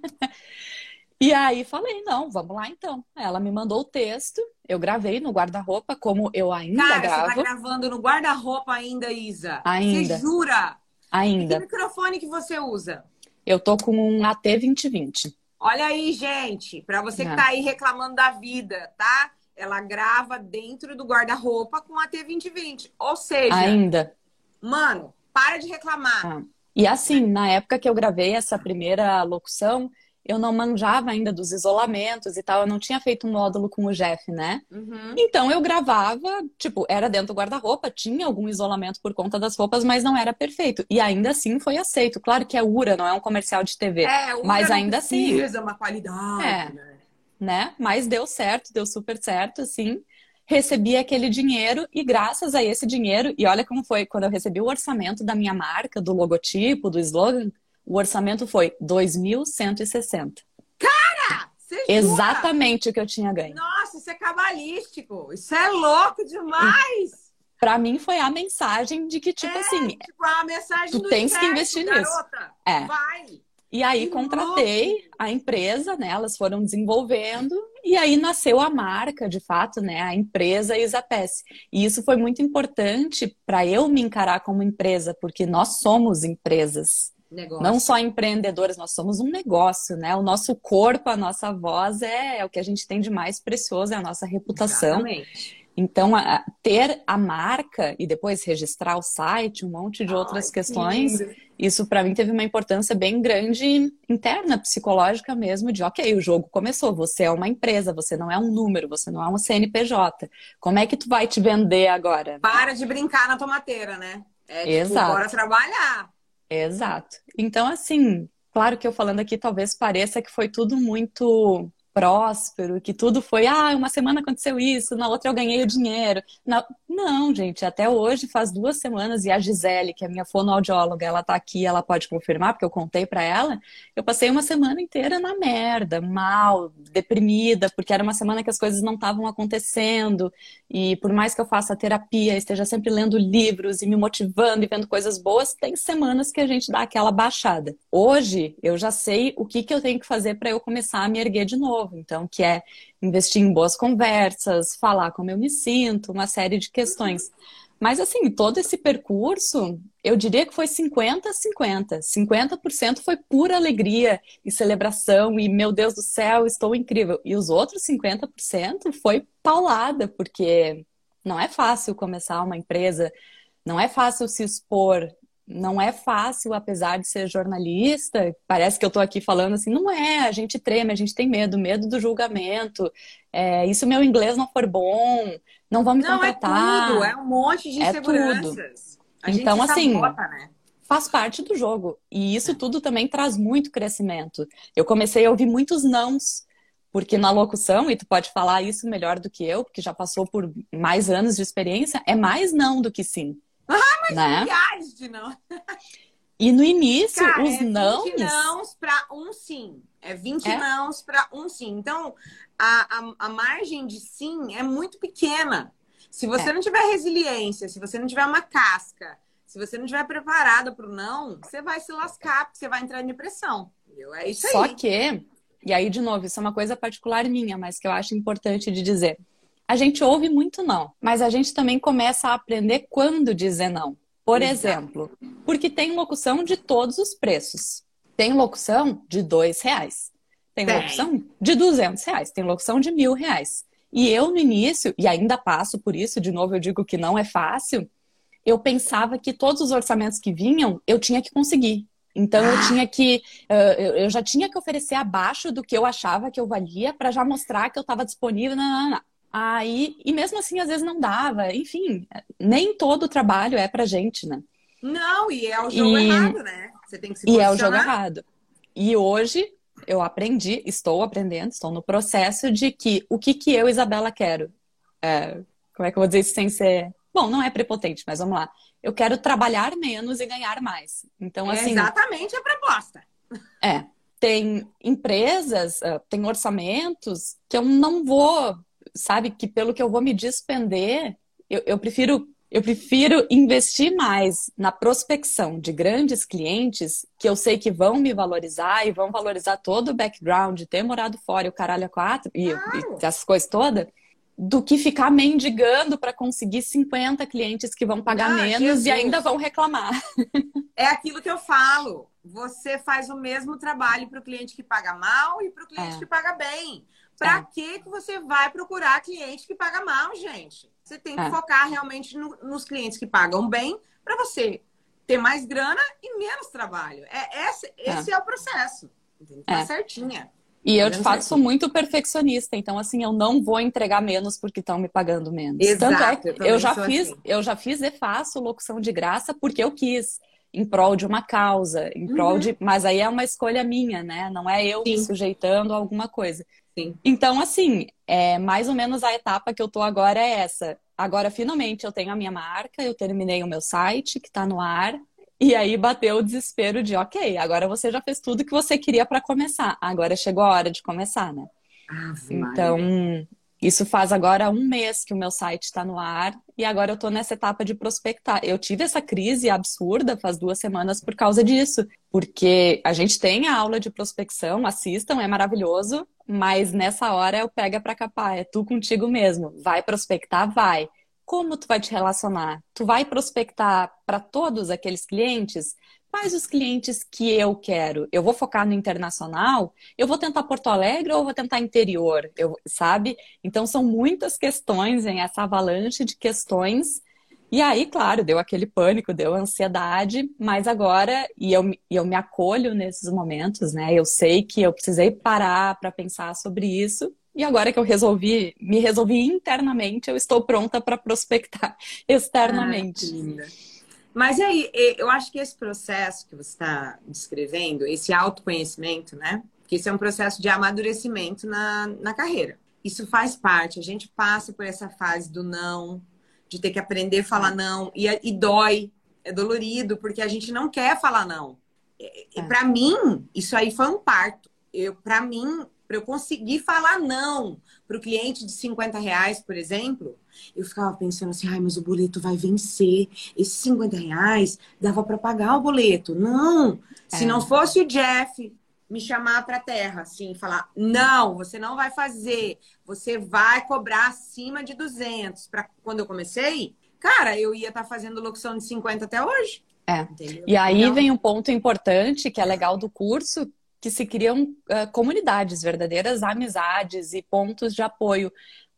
E aí falei, não, vamos lá então. Ela me mandou o texto, eu gravei no guarda-roupa, como eu ainda Cara, você tá gravo. gravando no guarda-roupa ainda, Isa? Ainda. Você jura? E que Ainda. microfone que você usa? Eu tô com um A T vinte vinte. Olha aí, gente, pra você que É. tá aí reclamando da vida, tá? Ela grava dentro do guarda-roupa com a T vinte vinte. Ou seja, Ainda. mano, para de reclamar. Ah. E assim, na época que eu gravei essa primeira locução, eu não manjava ainda dos isolamentos e tal, eu não tinha feito um módulo com o Jeff, né? Uhum. Então eu gravava, tipo, era dentro do guarda-roupa, tinha algum isolamento por conta das roupas, mas não era perfeito. E ainda assim foi aceito. Claro que é URA, não é um comercial de T V. É, o Mas não ainda assim, precisa uma qualidade, É. né? né? Mas deu certo, deu super certo, assim. Recebi aquele dinheiro e graças a esse dinheiro, e olha como foi, quando eu recebi o orçamento da minha marca, do logotipo, do slogan, o orçamento foi dois mil cento e sessenta. Ah, você jura? Exatamente o que eu tinha ganho. Nossa, isso é cabalístico. Isso é louco demais. Pra mim foi a mensagem de que, tipo É, assim, tipo, a mensagem tu do tens que universo, investir nisso. garota. É. Vai. E aí Que contratei louco. a empresa, né? Elas foram desenvolvendo e aí nasceu a marca, de fato, né? A empresa Isapes. E isso foi muito importante para eu me encarar como empresa, porque nós somos empresas. Negócio. Não só empreendedoras, nós somos um negócio, né? O nosso corpo, a nossa voz é, é o que a gente tem de mais precioso, é a nossa reputação. Exatamente. Então, a, ter a marca e depois registrar o site, um monte de Ai, outras que questões, lindo. isso para mim teve uma importância bem grande interna, psicológica mesmo, de ok, o jogo começou, você é uma empresa, você não é um número, você não é um C N P J. Como é que tu vai te vender agora? Para de brincar na tomateira, né? É tipo, Exato. bora trabalhar. Exato. Então, assim, claro que eu falando aqui talvez pareça que foi tudo muito próspero, que tudo foi, ah, uma semana aconteceu isso, na outra eu ganhei o dinheiro. Na... Não, gente, até hoje faz duas semanas e a Gisele, que é minha fonoaudióloga, ela tá aqui, ela pode confirmar, porque eu contei pra ela, eu passei uma semana inteira na merda, mal, deprimida, porque era uma semana que as coisas não estavam acontecendo e por mais que eu faça terapia, esteja sempre lendo livros e me motivando e vendo coisas boas, tem semanas que a gente dá aquela baixada. Hoje, eu já sei o que que eu tenho que fazer pra eu começar a me erguer de novo. Então, que é investir em boas conversas, falar como eu me sinto, uma série de questões. Mas, assim, todo esse percurso, eu diria que foi cinquenta a cinquenta. cinquenta por cento foi pura alegria e celebração e, meu Deus do céu, estou incrível. E os outros cinquenta por cento foi paulada, porque não é fácil começar uma empresa, não é fácil se expor não é fácil, apesar de ser jornalista. Parece que eu tô aqui falando assim, não é, a gente treme, a gente tem medo, medo do julgamento. É, e se o meu inglês não for bom, não vão me Não, é contratar. tudo, é um monte de É inseguranças. A Então, gente assim, sabota, né? faz parte do jogo. E isso tudo também traz muito crescimento. Eu comecei a ouvir muitos nãos, porque na locução, e tu pode falar isso melhor do que eu, porque já passou por mais anos de experiência, é mais não do que sim. Ah, mas né? milhares de não. E no início, Cara, os é vinte nãos... nãos para um sim. É vinte É? nãos para um sim. Então, a, a, a margem de sim é muito pequena. Se você É. não tiver resiliência, se você não tiver uma casca, se você não estiver preparada para o não, você vai se lascar, porque você vai entrar em depressão. Entendeu? É isso aí. Só que, e aí de novo, isso é uma coisa particular minha, mas que eu acho importante de dizer. A gente ouve muito não, mas a gente também começa a aprender quando dizer não. Por Exato. exemplo, porque tem locução de todos os preços. Tem locução de dois reais. Tem, Tem. locução de duzentos reais. Tem locução de mil reais. E eu, no início, e ainda passo por isso, de novo eu digo que não é fácil, eu pensava que todos os orçamentos que vinham, eu tinha que conseguir. Então eu tinha que, uh, eu já tinha que oferecer abaixo do que eu achava que eu valia para já mostrar que eu estava disponível. Não, não, não. Aí, e mesmo assim, às vezes não dava. Enfim, nem todo o trabalho é pra gente, né? Não, e é o jogo E- errado, né? Você tem que se E é o posicionar. jogo errado. E hoje eu aprendi, estou aprendendo, estou no processo de que o que, que eu, Isabela, quero. É, como é que eu vou dizer isso sem ser. Bom, não é prepotente, mas vamos lá. Eu quero trabalhar menos e ganhar mais. Então, É assim, exatamente a proposta. é, tem empresas, ah, tem orçamentos que eu não vou, sabe, que pelo que eu vou me despender, eu, eu prefiro, eu prefiro investir mais na prospecção de grandes clientes que eu sei que vão me valorizar e vão valorizar todo o background, de ter morado fora e o caralho a quatro, e, Claro. e essas coisas todas, do que ficar mendigando para conseguir cinquenta clientes que vão pagar Ah, menos Jesus. e ainda vão reclamar. É aquilo que eu falo. Você faz o mesmo trabalho para o cliente que paga mal e para o cliente É. que paga bem. Para É. que que você vai procurar cliente que paga mal, gente? Você tem que É. focar realmente no- nos clientes que pagam bem para você ter mais grana e menos trabalho. É, esse, esse é. o processo. Entendeu? Tá É. certinha. E eu, de Fazendo fato, sou certinho. muito perfeccionista, então, assim, eu não vou entregar menos porque estão me pagando menos. Exato, Tanto é eu que também eu já sou fiz, assim. eu já fiz e faço locução de graça porque eu quis, em prol de uma causa, em prol Uhum. de. Mas aí é uma escolha minha, né? Não é eu me Sim. sujeitando a alguma coisa. Sim. Então, assim, é, mais ou menos a etapa que eu tô agora é essa. Agora, finalmente, eu tenho a minha marca, eu terminei o meu site, que tá no ar. E aí bateu o desespero de, ok, agora você já fez tudo que você queria para começar. Agora chegou a hora de começar, né? Ave Então, Maria. isso faz agora um mês que o meu site está no ar e agora eu tô nessa etapa de prospectar. Eu tive essa crise absurda faz duas semanas por causa disso, porque a gente tem a aula de prospecção, assistam, é maravilhoso, mas nessa hora eu pega para capar, é tu contigo mesmo. Vai prospectar? Vai. Como tu vai te relacionar? Tu vai prospectar para todos aqueles clientes? Quais os clientes que eu quero? Eu vou focar no internacional? Eu vou tentar Porto Alegre ou eu vou tentar interior? Eu, sabe? Então são muitas questões em essa avalanche de questões. E aí, claro, deu aquele pânico, deu ansiedade, mas agora, e eu, e eu me acolho nesses momentos, né? Eu sei que eu precisei parar para pensar sobre isso. E agora que eu resolvi, me resolvi internamente, eu estou pronta para prospectar externamente. Ah, que linda. Mas aí, eu acho que esse processo que você está descrevendo, esse autoconhecimento, né? Que esse é um processo de amadurecimento na, na carreira. Isso faz parte. A gente passa por essa fase do não, de ter que aprender a falar não. E, e dói, é dolorido, porque a gente não quer falar não. E, É. Para mim, isso aí foi um parto. Eu, para mim, para eu conseguir falar não para o cliente de cinquenta reais, por exemplo, eu ficava pensando assim, ai, mas o boleto vai vencer. Esses cinquenta reais dava para pagar o boleto. Não! Se É. não fosse o Jeff me chamar para a terra, assim, falar, não, você não vai fazer. Você vai cobrar acima de duzentos. Pra... Quando eu comecei, cara, eu ia estar tá fazendo locução de cinquenta até hoje. É. Entendeu? E aí Então, vem um ponto importante que é legal do curso, que se criam uh, comunidades, verdadeiras amizades e pontos de apoio.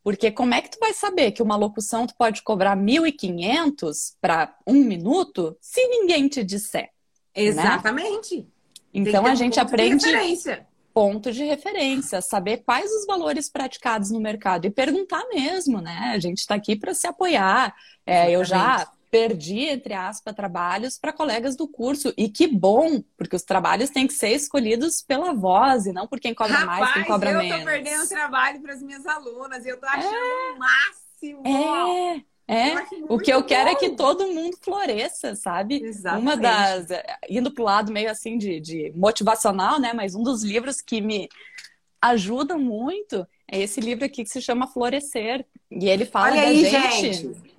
Porque como é que tu vai saber que uma locução tu pode cobrar mil e quinhentos para um minuto se ninguém te disser? Exatamente. Né? Então um a gente aprende de referência. ponto de referência, saber quais os valores praticados no mercado e perguntar mesmo, né? A gente está aqui para se apoiar. É, eu já perdi, entre aspas, trabalhos para colegas do curso. E que bom, porque os trabalhos têm que ser escolhidos pela voz e não por quem cobra Rapaz, mais, quem cobra eu menos. Eu tô perdendo trabalho para as minhas alunas e eu tô achando o é... máximo. É... É, o que eu bom. quero é que todo mundo floresça, sabe? Exatamente. Uma das... Indo pro lado meio assim de, de motivacional, né? Mas um dos livros que me ajuda muito é esse livro aqui que se chama Florescer. E ele fala Olha da aí, gente... gente.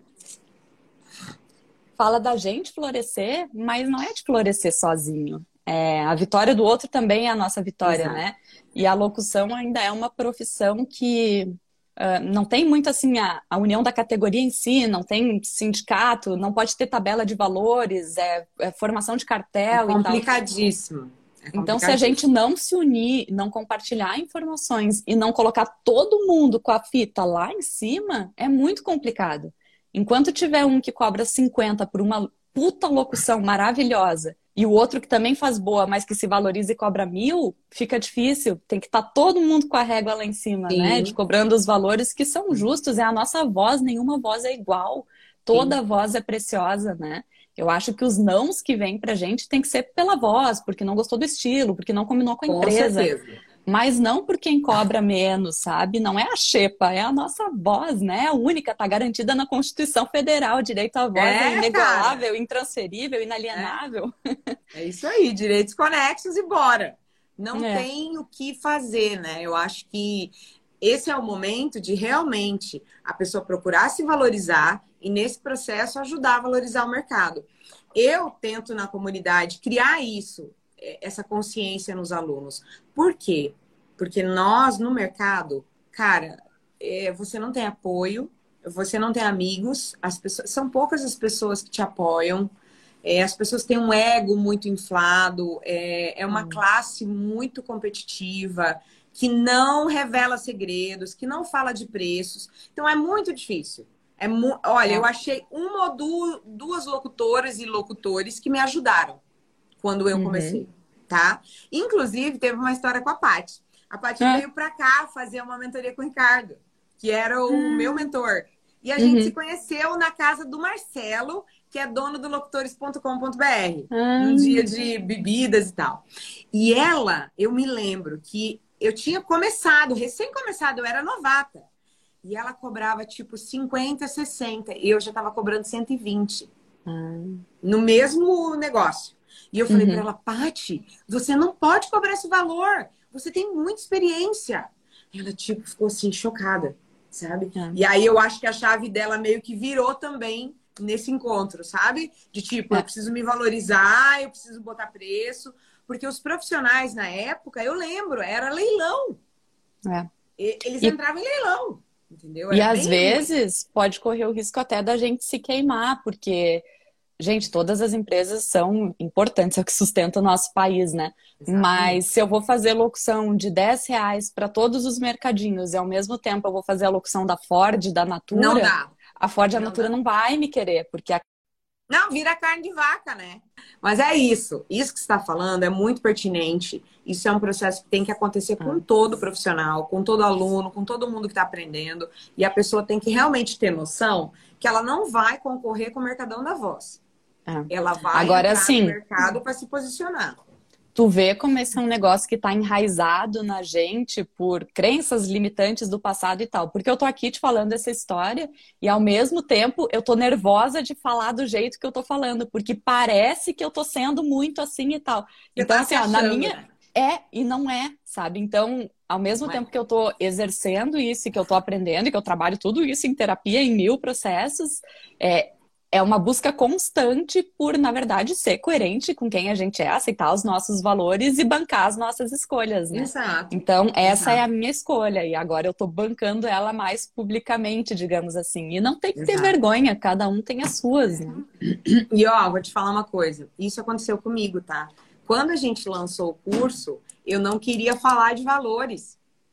Fala da gente florescer, mas não é de florescer sozinho. É, a vitória do outro também é a nossa vitória, Exato. Né? E a locução ainda é uma profissão que... Uh, não tem muito assim a, a união da categoria em si, não tem sindicato, não pode ter tabela de valores, é, é formação de cartel é e tal. Complicadíssimo. É então, se a gente não se unir, não compartilhar informações e não colocar todo mundo com a fita lá em cima, é muito complicado. Enquanto tiver um que cobra cinquenta por uma puta locução maravilhosa e o outro que também faz boa, mas que se valoriza e cobra mil, fica difícil. Tem que estar tá todo mundo com a régua lá em cima, Sim. né? De cobrando os valores que são justos. É a nossa voz, nenhuma voz é igual. Toda Sim. voz é preciosa, né? Eu acho que os nãos que vêm pra gente tem que ser pela voz, porque não gostou do estilo, porque não combinou com a com empresa. Certeza. Mas não por quem cobra menos, sabe? Não é a xepa, é a nossa voz, né? A única, tá garantida na Constituição Federal. O direito à voz é, é inigualável, cara. Intransferível, inalienável. É. é isso aí, direitos conexos e bora. Não é. tem o que fazer, né? Eu acho que esse é o momento de realmente a pessoa procurar se valorizar e, nesse processo, ajudar a valorizar o mercado. Eu tento, na comunidade, criar isso, essa consciência nos alunos. Por quê? Porque nós, no mercado, cara, é, você não tem apoio, você não tem amigos, as pessoas, são poucas as pessoas que te apoiam, é, as pessoas têm um ego muito inflado, é, é uma hum. classe muito competitiva, que não revela segredos, que não fala de preços. Então, é muito difícil. É mu Olha, é. eu achei uma ou duas, duas locutoras e locutores que me ajudaram quando eu comecei, uhum. tá? Inclusive, teve uma história com a Paty. A Paty é. veio pra cá fazer uma mentoria com o Ricardo, que era o uhum. meu mentor. E a uhum. gente se conheceu na casa do Marcelo, que é dono do locutores ponto com ponto br, uhum. num dia de bebidas e tal. E ela, eu me lembro que eu tinha começado, recém-começado, eu era novata. E ela cobrava, tipo, cinquenta, sessenta. E eu já tava cobrando cento e vinte. Uhum. No mesmo negócio. E eu falei uhum. para ela, Paty, você não pode cobrar esse valor. Você tem muita experiência. Ela, tipo, ficou assim, chocada, sabe? Uhum. E aí eu acho que a chave dela meio que virou também nesse encontro, sabe? De tipo, é. eu preciso me valorizar, eu preciso botar preço. Porque os profissionais, na época, eu lembro, era leilão. É. Eles e... entravam em leilão. Entendeu? E às vezes ruim. pode correr o risco até da gente se queimar, porque, gente, todas as empresas são importantes, é o que sustenta o nosso país, né? Exatamente. Mas se eu vou fazer locução de dez reais para todos os mercadinhos e ao mesmo tempo eu vou fazer a locução da Ford, da Natura, não dá. a Ford e a não Natura dá. não vai me querer, porque a Não, vira carne de vaca, né? Mas é isso. Isso que você está falando é muito pertinente. Isso é um processo que tem que acontecer com ah. todo profissional, com todo aluno, com todo mundo que está aprendendo. E a pessoa tem que realmente ter noção que ela não vai concorrer com o mercadão da voz. Ah. Ela vai Agora, entrar sim, no mercado para se posicionar. Tu vê como esse é um negócio que está enraizado na gente por crenças limitantes do passado e tal. Porque eu tô aqui te falando essa história e, ao mesmo tempo, eu tô nervosa de falar do jeito que eu tô falando. Porque parece que eu tô sendo muito assim e tal. Você então, tá assim, ó, achando, na minha... né? É e não é, sabe? Então, ao mesmo não tempo é. que eu tô exercendo isso, que eu tô aprendendo, que eu trabalho tudo isso em terapia, em mil processos, é... É uma busca constante por, na verdade, ser coerente com quem a gente é, aceitar os nossos valores e bancar as nossas escolhas, né? Exato. Então, essa Exato. é a minha escolha. E agora eu tô bancando ela mais publicamente, digamos assim. E não tem que ter Exato. vergonha, cada um tem as suas, né? E, ó, vou te falar uma coisa. Isso aconteceu comigo, tá? Quando a gente lançou o curso, eu não queria falar de valores.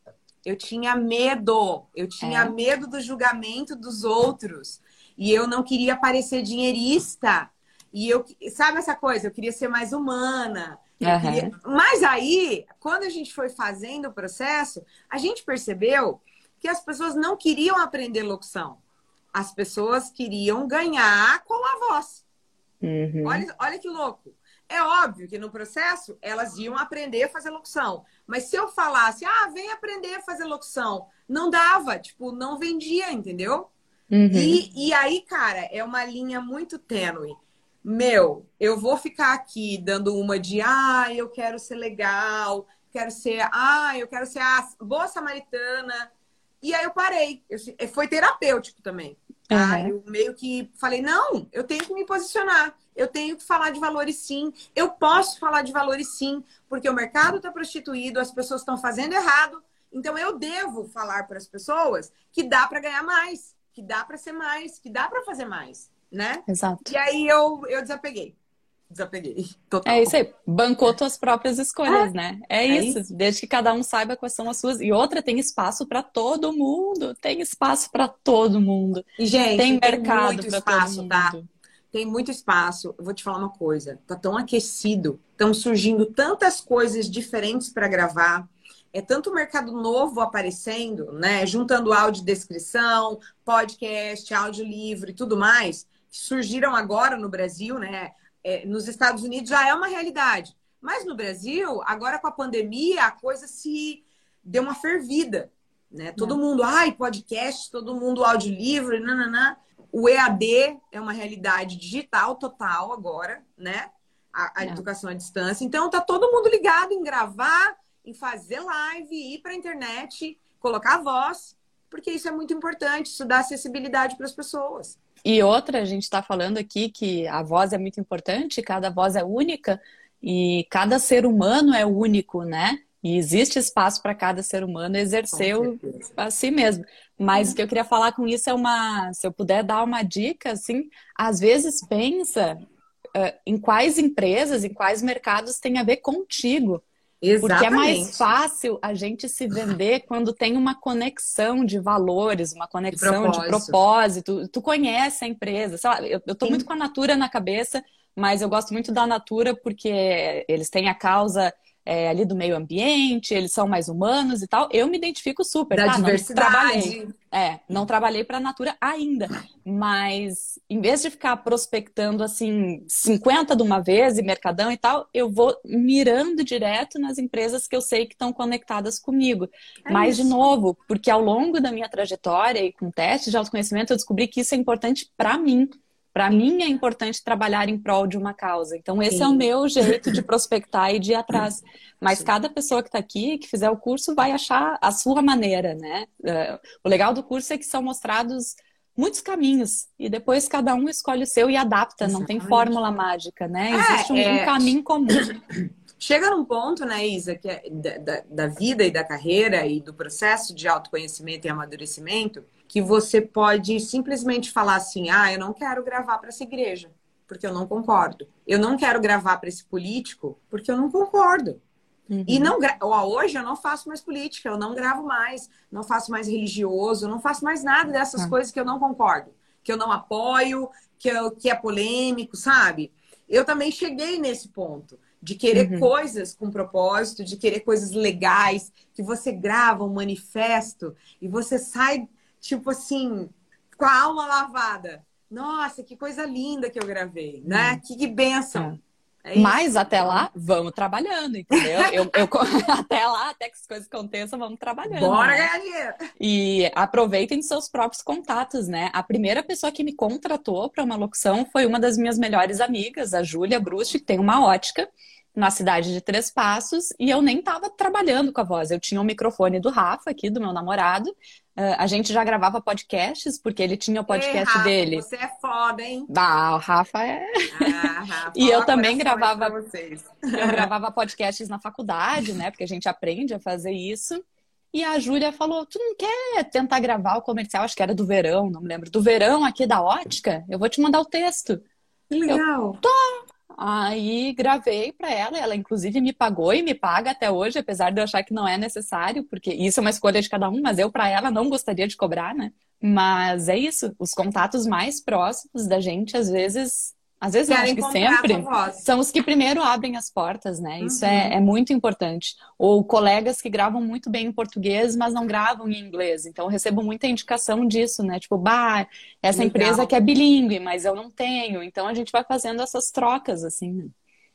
Eu tinha medo. Eu tinha É. medo do julgamento dos outros. E eu não queria parecer dinheirista. E eu, sabe essa coisa? Eu queria ser mais humana. Eu queria... Mas aí, quando a gente foi fazendo o processo, a gente percebeu que as pessoas não queriam aprender locução. As pessoas queriam ganhar com a voz. Uhum. Olha, olha que louco. É óbvio que no processo elas iam aprender a fazer locução. Mas se eu falasse, ah, vem aprender a fazer locução, não dava, tipo, não vendia, entendeu? Uhum. E, e aí, cara, é uma linha muito tênue. Meu, eu vou ficar aqui dando uma de, ah, eu quero ser legal, quero ser, ah, eu quero ser a boa samaritana. E aí eu parei. Eu, foi terapêutico também. Tá? Uhum. Eu meio que falei, não, eu tenho que me posicionar. Eu tenho que falar de valores sim. Eu posso falar de valores sim, porque o mercado está prostituído, as pessoas estão fazendo errado. Então eu devo falar para as pessoas que dá para ganhar mais, que dá para ser mais, que dá para fazer mais, né? Exato. E aí eu, eu desapeguei. Desapeguei. Total. É isso aí. Bancou tuas próprias escolhas, É. né? É, É isso. isso. Desde que cada um saiba quais são as suas. E outra, tem espaço para todo mundo. Tem espaço para todo mundo. E, gente, tem tem mercado muito para espaço, todo tá? mundo. Tem muito espaço. Eu vou te falar uma coisa. Tá tão aquecido. Estão surgindo tantas coisas diferentes para gravar. É tanto mercado novo aparecendo, né? Juntando audiodescrição, podcast, audiolivro e tudo mais, que surgiram agora no Brasil, né? É, nos Estados Unidos já é uma realidade. Mas no Brasil, agora com a pandemia, a coisa se deu uma fervida, né? Todo É. mundo, ai, podcast, todo mundo audiolivro, nananã. O E A D é uma realidade digital total agora, né? A, a É. educação à distância. Então, tá todo mundo ligado em gravar, em fazer live, ir para a internet, colocar a voz, porque isso é muito importante, isso dá acessibilidade para as pessoas. E outra, a gente está falando aqui que a voz é muito importante, cada voz é única e cada ser humano é único, né? E existe espaço para cada ser humano exercer o, a si mesmo. Mas o que eu queria falar com isso é uma... Se eu puder dar uma dica, assim, às vezes pensa uh, em quais empresas, em quais mercados tem a ver contigo. Exatamente. Porque é mais fácil a gente se vender quando tem uma conexão de valores, uma conexão de propósito. De propósito. Tu conhece a empresa. Sei lá, eu, eu tô Sim. muito com a Natura na cabeça, mas eu gosto muito da Natura porque eles têm a causa é, ali do meio ambiente, eles são mais humanos e tal. Eu me identifico super. Da tá? diversidade. Não trabalhei. É, não trabalhei para a Natura ainda. Mas em vez de ficar prospectando assim cinquenta de uma vez e mercadão e tal, eu vou mirando direto nas empresas que eu sei que estão conectadas comigo. É Mas, isso. de novo, porque ao longo da minha trajetória e com testes de autoconhecimento, eu descobri que isso é importante para mim. Para mim é importante trabalhar em prol de uma causa. Então, esse Sim. é o meu jeito de prospectar e de ir atrás. Mas Sim. cada pessoa que está aqui, que fizer o curso, vai achar a sua maneira, né? O legal do curso é que são mostrados muitos caminhos. E depois cada um escolhe o seu e adapta. Exatamente. Não tem fórmula mágica, né? É, Existe um, é... um caminho comum. Chega num ponto, né, Isa, que é da, da, da vida e da carreira e do processo de autoconhecimento e amadurecimento, que você pode simplesmente falar assim, ah, eu não quero gravar para essa igreja, porque eu não concordo. Eu não quero gravar para esse político, porque eu não concordo. Uhum. E não gra... hoje eu não faço mais política, eu não gravo mais, não faço mais religioso, não faço mais nada dessas ah. coisas que eu não concordo, que eu não apoio, que, eu... que é polêmico, sabe? Eu também cheguei nesse ponto. De querer uhum. coisas com propósito, de querer coisas legais, que você grava um manifesto e você sai, tipo assim, com a alma lavada. Nossa, que coisa linda que eu gravei, uhum. né? Que, que bênção. É. É Mas até lá, vamos trabalhando, entendeu? eu, eu, até lá, até que as coisas aconteçam, vamos trabalhando. Bora né? ganhar dinheiro! E aproveitem seus próprios contatos, né? A primeira pessoa que me contratou para uma locução foi uma das minhas melhores amigas, a Júlia Brusti, que tem uma ótica na cidade de Três Passos, e eu nem estava trabalhando com a voz. Eu tinha o microfone do Rafa aqui, do meu namorado. Uh, a gente já gravava podcasts, porque ele tinha o podcast Ei, Rafa, dele. Você é foda, hein? Ah, o Rafa é... Ah, Rafa, e eu também gravava... Vocês. Eu gravava podcasts na faculdade, né? Porque a gente aprende a fazer isso. E a Júlia falou, tu não quer tentar gravar o comercial? Acho que era do verão, não me lembro. Do verão aqui da ótica? Eu vou te mandar o texto. Que legal. Eu, tô... Aí gravei para ela, ela inclusive me pagou e me paga até hoje, apesar de eu achar que não é necessário, porque isso é uma escolha de cada um, mas eu para ela não gostaria de cobrar, né? Mas é isso, os contatos mais próximos da gente, às vezes, às vezes não, acho Querem que comprar a tua sempre, voz. são os que primeiro abrem as portas, né? Isso Uhum. é, é muito importante. Ou colegas que gravam muito bem em português, mas não gravam em inglês. Então eu recebo muita indicação disso, né? Tipo, bah, essa Legal. empresa que é bilíngue, mas eu não tenho. Então a gente vai fazendo essas trocas, assim, né?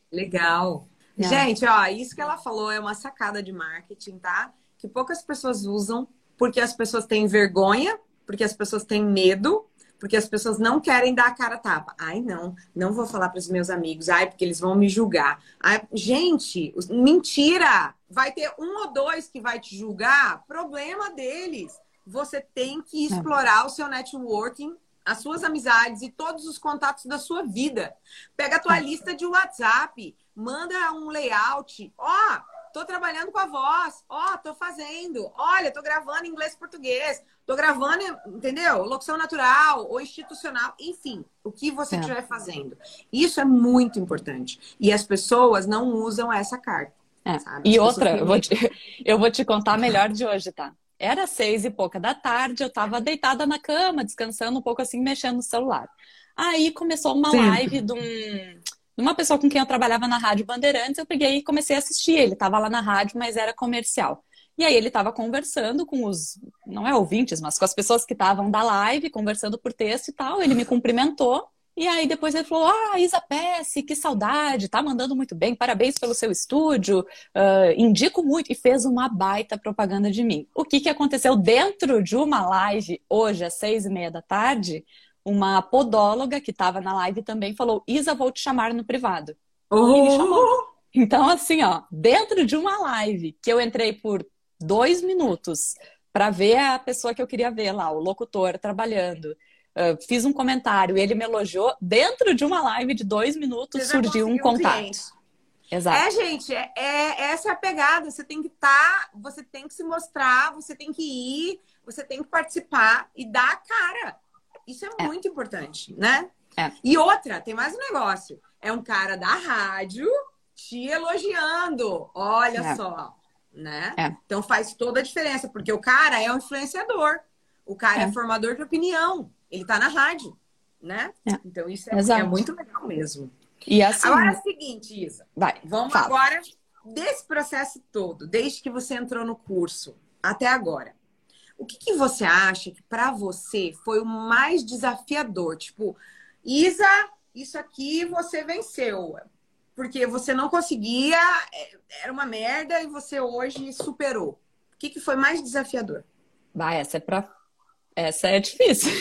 Legal. É. Gente, ó, isso que ela falou é uma sacada de marketing, tá? Que poucas pessoas usam porque as pessoas têm vergonha, porque as pessoas têm medo, porque as pessoas não querem dar a cara a tapa. Ai, não, não vou falar para os meus amigos. Ai, porque eles vão me julgar. Ai, gente, mentira! Vai ter um ou dois que vai te julgar, problema deles. Você tem que explorar o seu networking, as suas amizades e todos os contatos da sua vida. Pega a tua lista de WhatsApp, manda um layout. Ó, tô trabalhando com a voz. Ó, tô fazendo. Olha, tô gravando inglês e português. Tô gravando, entendeu? Locução natural ou institucional. Enfim, o que você É. estiver fazendo. Isso é muito importante. E as pessoas não usam essa carta. É. Sabe? E As outra, pessoas eu vou, te, eu vou te contar melhor de hoje, tá? Era seis e pouca da tarde, eu tava deitada na cama, descansando um pouco assim, mexendo no celular. Aí começou uma Sempre. live de, um, de uma pessoa com quem eu trabalhava na Rádio Bandeirantes, eu peguei e comecei a assistir. Ele tava lá na rádio, mas era comercial. E aí ele tava conversando com os, não é ouvintes, mas com as pessoas que estavam da live, conversando por texto e tal. Ele me cumprimentou. E aí depois ele falou, ah, Isa Pesce, que saudade, tá mandando muito bem, parabéns pelo seu estúdio, uh, indico muito, e fez uma baita propaganda de mim. O que que aconteceu dentro de uma live, hoje às seis e meia da tarde, uma podóloga que estava na live também falou, Isa, vou te chamar no privado. Oh! E me chamou. Então assim, ó, dentro de uma live que eu entrei por dois minutos para ver a pessoa que eu queria ver lá, o locutor trabalhando, Uh, fiz um comentário e ele me elogiou. Dentro de uma live de dois minutos surgiu um contato. Exato. É, gente, é, é, essa é a pegada. Você tem que estar, tá, você tem que se mostrar, você tem que ir, você tem que participar e dar a cara. Isso é, é. muito importante, né? É. E outra, tem mais um negócio. É um cara da rádio te elogiando. Olha é. só, né? É. Então faz toda a diferença, porque o cara é um influenciador. O cara é, é formador de opinião. Ele tá na rádio, né? É. Então isso é, é muito legal mesmo. E assim... Agora é o seguinte, Isa. Vai, vamos fala. agora desse processo todo, desde que você entrou no curso até agora. O que, que você acha que para você foi o mais desafiador? Tipo, Isa, isso aqui você venceu. Porque você não conseguia, era uma merda e você hoje superou. O que, que foi mais desafiador? Vai, essa é pra... Essa é difícil.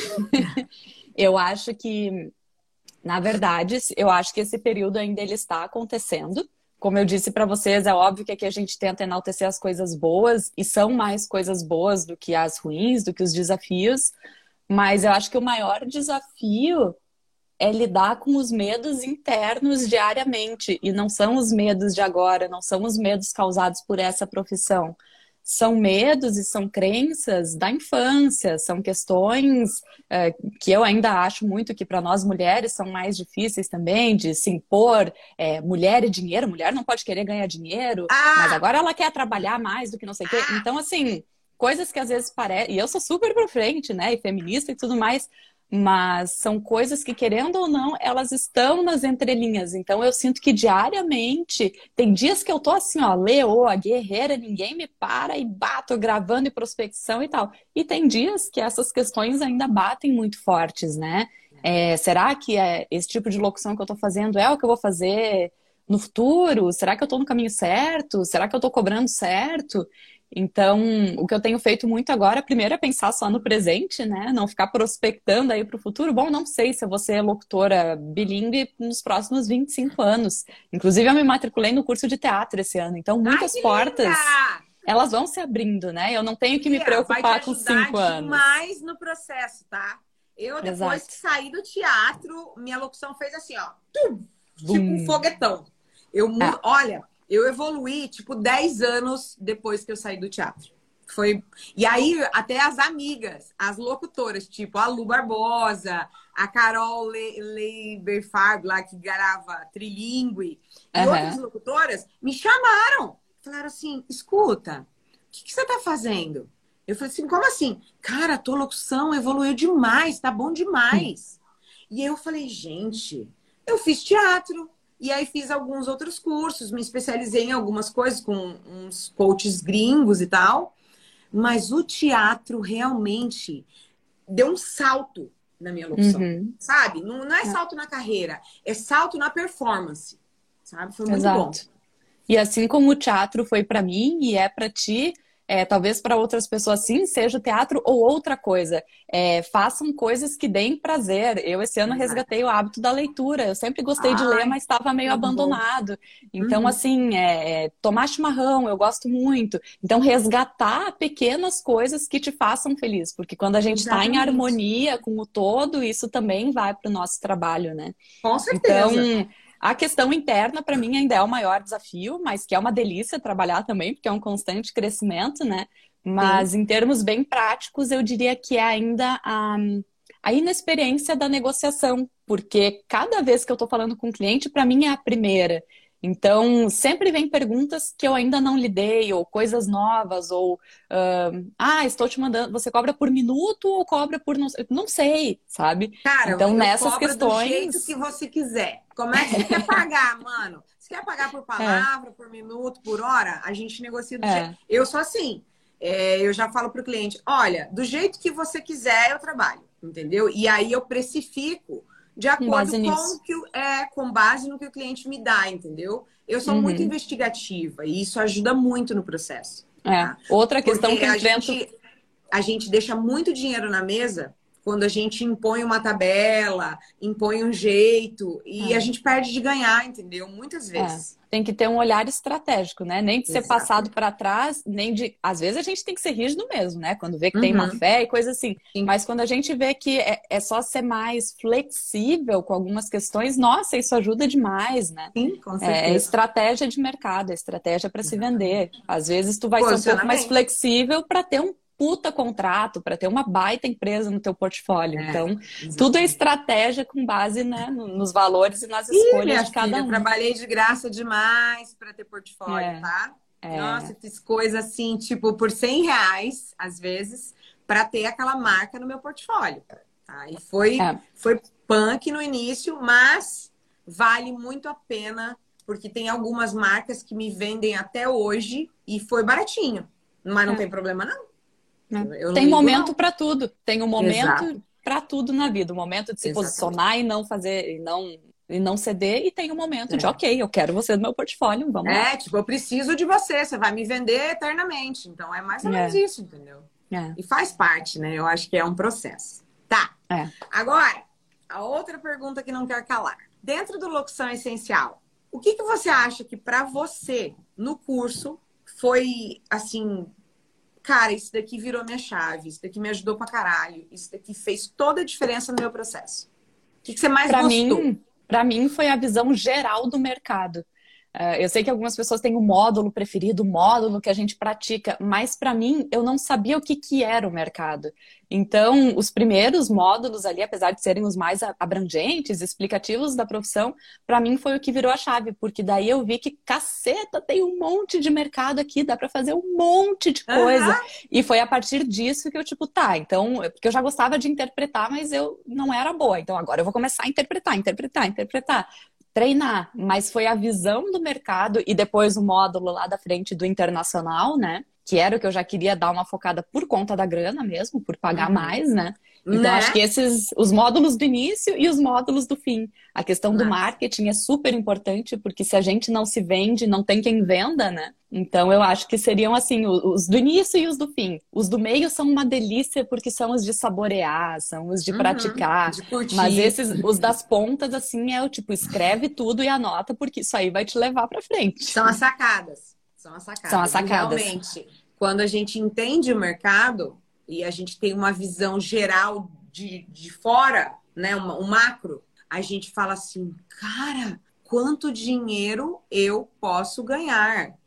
Eu acho que, na verdade, eu acho que esse período ainda ele está acontecendo. Como eu disse para vocês, é óbvio que aqui a gente tenta enaltecer as coisas boas, e são mais coisas boas do que as ruins, do que os desafios. Mas eu acho que o maior desafio é lidar com os medos internos diariamente. E não são os medos de agora, não são os medos causados por essa profissão. São medos e são crenças da infância, são questões é, que eu ainda acho muito que para nós mulheres são mais difíceis também, de se impor, é, mulher e dinheiro, mulher não pode querer ganhar dinheiro, ah! mas agora ela quer trabalhar mais do que não sei o quê. Então, assim, coisas que às vezes parecem, e eu sou super pra frente, né, e feminista e tudo mais, mas são coisas que, querendo ou não, elas estão nas entrelinhas. Então eu sinto que diariamente, tem dias que eu tô assim, ó, leoa, guerreira, ninguém me para e bato gravando e prospecção e tal. E tem dias que essas questões ainda batem muito fortes, né? É, será que é esse tipo de locução que eu tô fazendo é o que eu vou fazer no futuro? Será que eu tô no caminho certo? Será que eu tô cobrando certo? Então, o que eu tenho feito muito agora, primeiro é pensar só no presente, né? Não ficar prospectando aí para o futuro. Bom, não sei se eu vou ser locutora bilíngue nos próximos vinte e cinco anos. Inclusive, eu me matriculei no curso de teatro esse ano. Então, muitas Ai, portas, linda! Elas vão se abrindo, né? Eu não tenho que me preocupar com cinco anos. Mais no processo, tá? Eu, depois Exato. que saí do teatro, minha locução fez assim, ó. Tum, tipo um foguetão. Eu, é. Olha... Eu evoluí, tipo, dez anos depois que eu saí do teatro. Foi... E aí, até as amigas, as locutoras, tipo a Lu Barbosa, a Carol Leiberfarb, lá que grava Trilingue, e Uhum. outras locutoras me chamaram. Falaram assim, escuta, o que, que você tá fazendo? Eu falei assim, como assim? Cara, a tua locução evoluiu demais, tá bom demais. E aí eu falei, gente, eu fiz teatro. E aí fiz alguns outros cursos, me especializei em algumas coisas com uns coaches gringos e tal. Mas o teatro realmente deu um salto na minha locução, uhum. sabe? Não, não é salto na carreira, é salto na performance, sabe? Foi muito Exato. bom. E assim como o teatro foi para mim e é para ti, é, talvez para outras pessoas sim, seja o teatro ou outra coisa. É, façam coisas que deem prazer. Eu esse ano resgatei o hábito da leitura. Eu sempre gostei Ai, de ler, mas estava meio abandonado. Bom. Então, uhum. assim, é, é, tomar chimarrão, eu gosto muito. Então, resgatar pequenas coisas que te façam feliz. Porque quando a gente está em harmonia com o todo, isso também vai para o nosso trabalho, né? Com certeza. Então, a questão interna, para mim, ainda é o maior desafio, mas que é uma delícia trabalhar também, porque é um constante crescimento, né? Mas, Sim. em termos bem práticos, eu diria que é ainda a, a inexperiência da negociação, porque cada vez que eu estou falando com o cliente, para mim é a primeira. Então, sempre vem perguntas que eu ainda não lidei, ou coisas novas, ou uh, ah, estou te mandando, você cobra por minuto ou cobra por não, não sei, sabe? Cara, então, eu nessas cobro questões... do jeito que você quiser. Como é que você quer pagar, mano? Você quer pagar por palavra, é. por minuto, por hora? A gente negocia do é. jeito... Eu sou assim, é, eu já falo pro cliente, olha, do jeito que você quiser eu trabalho, entendeu? E aí eu precifico de acordo com, com, que, é, com base no que o cliente me dá, entendeu? Eu sou uhum. muito investigativa e isso ajuda muito no processo. É. Tá? Outra questão Porque que eu a enfrento... gente, a gente deixa muito dinheiro na mesa quando a gente impõe uma tabela, impõe um jeito e é. a gente perde de ganhar, entendeu? Muitas vezes. É. Tem que ter um olhar estratégico, né? Nem de ser Exato. passado para trás, nem de... Às vezes a gente tem que ser rígido mesmo, né? Quando vê que uhum. tem má fé e coisa assim. Sim. Mas quando a gente vê que é, é só ser mais flexível com algumas questões, nossa, isso ajuda demais, né? Sim, com certeza. É estratégia de mercado, é estratégia para se vender. Às vezes tu vai ser um pouco mais flexível para ter um puta contrato, para ter uma baita empresa no teu portfólio. É, então, exatamente. Tudo é estratégia com base, né, nos valores e nas escolhas Ih, de cada filha, um. Eu trabalhei de graça demais para ter portfólio, é, tá? É. Nossa, fiz coisa assim, tipo, por cem reais, às vezes, para ter aquela marca no meu portfólio. Tá? E foi, é. foi punk no início, mas vale muito a pena, porque tem algumas marcas que me vendem até hoje e foi baratinho. Mas não é. tem problema, não. É. Tem momento para tudo. Tem um momento para tudo na vida. O um momento de se Exatamente. posicionar e não fazer, e não, e não ceder. E tem um momento é. de, ok, eu quero você no meu portfólio, vamos é, lá. É, tipo, eu preciso de você. Você vai me vender eternamente. Então, é mais ou menos é. isso, entendeu? É. E faz parte, né? Eu acho que é um processo. Tá. É. Agora, a outra pergunta que não quer calar. Dentro do Locução Essencial, o que, que você acha que para você, no curso, foi, assim... Cara, isso daqui virou minha chave, isso daqui me ajudou pra caralho, isso daqui fez toda a diferença no meu processo. O que, que você mais pra gostou? Mim, pra mim foi a visão geral do mercado. Uh, eu sei que algumas pessoas têm o módulo preferido, o módulo que a gente pratica, mas para mim eu não sabia o que, que era o mercado. Então, os primeiros módulos ali, apesar de serem os mais abrangentes, explicativos da profissão, para mim foi o que virou a chave, porque daí eu vi que, caceta, tem um monte de mercado aqui, dá para fazer um monte de coisa. Uhum. E foi a partir disso que eu, tipo, tá, então, porque eu já gostava de interpretar, mas eu não era boa. Então, agora eu vou começar a interpretar, interpretar, interpretar. Treinar, mas foi a visão do mercado e depois o módulo lá da frente do internacional, né? Que era o que eu já queria dar uma focada por conta da grana mesmo, por pagar uhum. mais, né? Então, né? Acho que esses, os módulos do início e os módulos do fim. A questão Nossa. do marketing é super importante, porque se a gente não se vende, não tem quem venda, né? Então, eu acho que seriam, assim, os do início e os do fim. Os do meio são uma delícia, porque são os de saborear, são os de uhum, praticar. De curtir. Mas esses, os das pontas, assim, é o tipo, escreve tudo e anota, porque isso aí vai te levar pra frente. São as sacadas. São as sacadas. São as sacadas. E realmente, quando a gente entende o mercado e a gente tem uma visão geral de, de fora, né, um, um macro, a gente fala assim, cara, quanto dinheiro eu posso ganhar?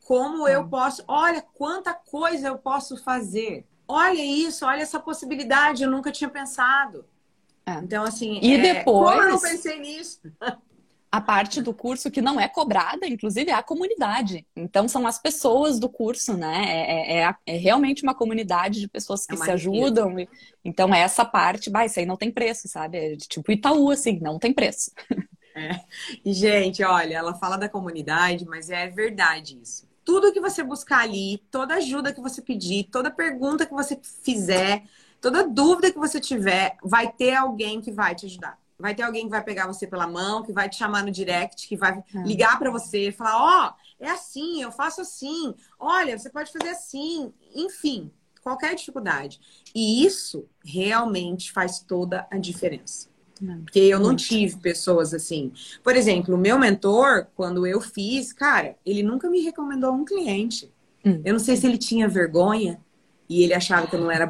como eu posso... Olha quanta coisa eu posso fazer. Olha isso, olha essa possibilidade, eu nunca tinha pensado. É. Então, assim, e é, depois, como eu não pensei nisso? A parte do curso que não é cobrada, inclusive, é a comunidade. Então, são as pessoas do curso, né? É, é, é realmente uma comunidade de pessoas que É uma se ajudam. riqueza. Então, essa parte, vai, isso aí não tem preço, sabe? É tipo Itaú, assim, não tem preço. É. E, gente, olha, ela fala da comunidade, mas é verdade isso. Tudo que você buscar ali, toda ajuda que você pedir, toda pergunta que você fizer, toda dúvida que você tiver, vai ter alguém que vai te ajudar. Vai ter alguém que vai pegar você pela mão, que vai te chamar no direct, que vai ligar para você e falar, ó, oh, é assim, eu faço assim. Olha, você pode fazer assim. Enfim, qualquer dificuldade. E isso realmente faz toda a diferença. Porque eu não tive pessoas assim. Por exemplo, o meu mentor, quando eu fiz, cara, ele nunca me recomendou um cliente. Hum. Eu não sei se ele tinha vergonha e ele achava que eu não era...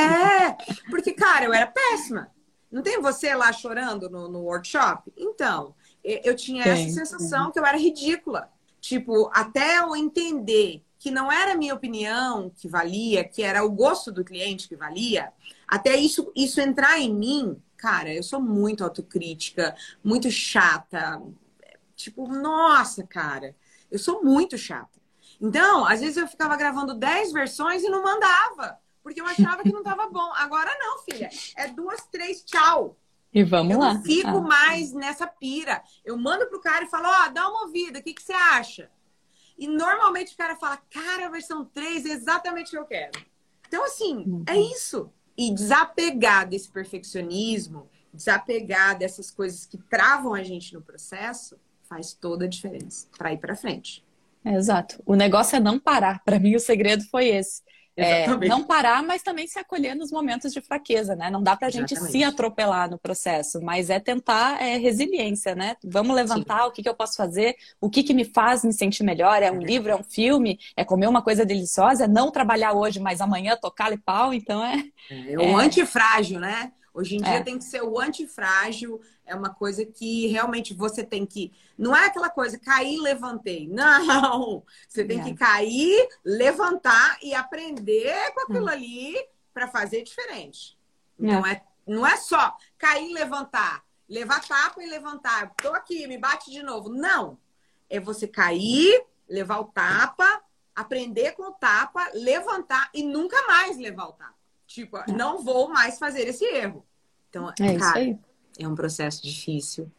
É, porque, cara, eu era péssima. Não tem você lá chorando no, no workshop? Então, eu tinha essa Sim. sensação que eu era ridícula. Tipo, até eu entender que não era a minha opinião que valia, que era o gosto do cliente que valia, até isso, isso entrar em mim, cara, eu sou muito autocrítica, muito chata. Tipo, nossa, cara, eu sou muito chata. Então, às vezes eu ficava gravando dez versões e não mandava. Porque eu achava que não estava bom. Agora não, filha. É duas, três, tchau. E vamos eu lá. Eu não fico ah. mais nessa pira. Eu mando pro cara e falo, ó, oh, dá uma ouvida, o que, que você acha? E normalmente o cara fala, cara, a versão três é exatamente o que eu quero. Então, assim, uhum. é isso. E desapegar desse perfeccionismo, desapegar dessas coisas que travam a gente no processo, faz toda a diferença para ir para frente. É, exato. O negócio é não parar. Para mim, o segredo foi esse. É, não parar, mas também se acolher nos momentos de fraqueza, né? Não dá pra gente Exatamente. se atropelar no processo, mas é tentar é, resiliência, né? Vamos levantar, Sim. o que, que eu posso fazer, o que, que me faz me sentir melhor, é um é livro, é um filme, é comer uma coisa deliciosa, é não trabalhar hoje, mas amanhã tocar-lhe pau, então é... É, é o antifrágil, né? Hoje em dia é. tem que ser o antifrágil, é uma coisa que realmente você tem que... Não é aquela coisa, caí e levantei. Não! Você tem é. que cair, levantar e aprender com aquilo é. ali para fazer diferente. Então, é. É, não é só cair e levantar, levar tapa e levantar. Tô aqui, me bate de novo. Não! É você cair, levar o tapa, aprender com o tapa, levantar e nunca mais levar o tapa. Tipo, é. não vou mais fazer esse erro. Então, é cara, isso aí. É um processo difícil.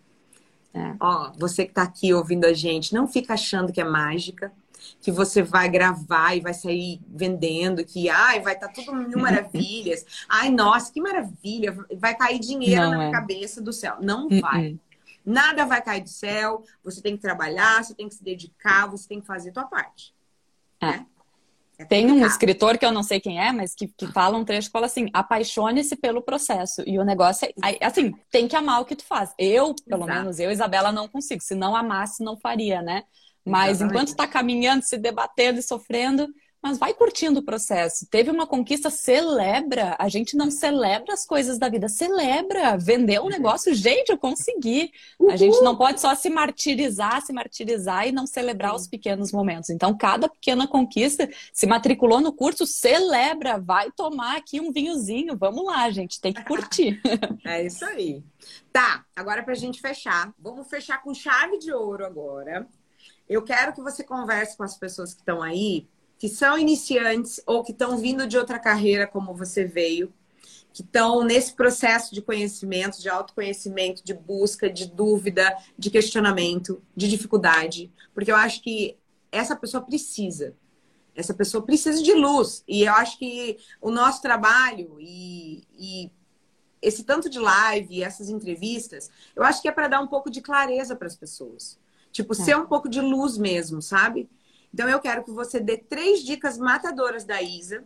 É. Ó, você que tá aqui ouvindo a gente, não fica achando que é mágica, que você vai gravar e vai sair vendendo, que ai, vai estar tá tudo mil maravilhas. Ai, nossa, que maravilha. Vai cair dinheiro não na é. cabeça do céu. Não uh -uh. vai. Nada vai cair do céu. Você tem que trabalhar, você tem que se dedicar, você tem que fazer a tua parte. É. Né? É Tem um escritor que eu não sei quem é, mas que, que fala um trecho que fala assim, apaixone-se pelo processo. E o negócio é, assim, tem que amar o que tu faz. Eu, pelo Exato. menos eu, Isabela, não consigo. Se não amasse, não faria, né? Mas Exatamente. enquanto tá caminhando, se debatendo e sofrendo, mas vai curtindo o processo. Teve uma conquista, celebra. A gente não celebra as coisas da vida, celebra. Vendeu um negócio, gente, eu consegui. Uhul. A gente não pode só se martirizar, se martirizar e não celebrar Sim. os pequenos momentos. Então, cada pequena conquista, se matriculou no curso, celebra. Vai tomar aqui um vinhozinho. Vamos lá, gente, tem que curtir. É isso aí. Tá, agora pra gente fechar. Vamos fechar com chave de ouro agora. Eu quero que você converse com as pessoas que estão aí, que são iniciantes ou que estão vindo de outra carreira como você veio, que estão nesse processo de conhecimento, de autoconhecimento, de busca, de dúvida, de questionamento, de dificuldade. Porque eu acho que essa pessoa precisa. Essa pessoa precisa de luz. E eu acho que o nosso trabalho e, e esse tanto de live e essas entrevistas, eu acho que é para dar um pouco de clareza para as pessoas. Tipo, é. ser um pouco de luz mesmo, sabe? Então, eu quero que você dê três dicas matadoras da Isa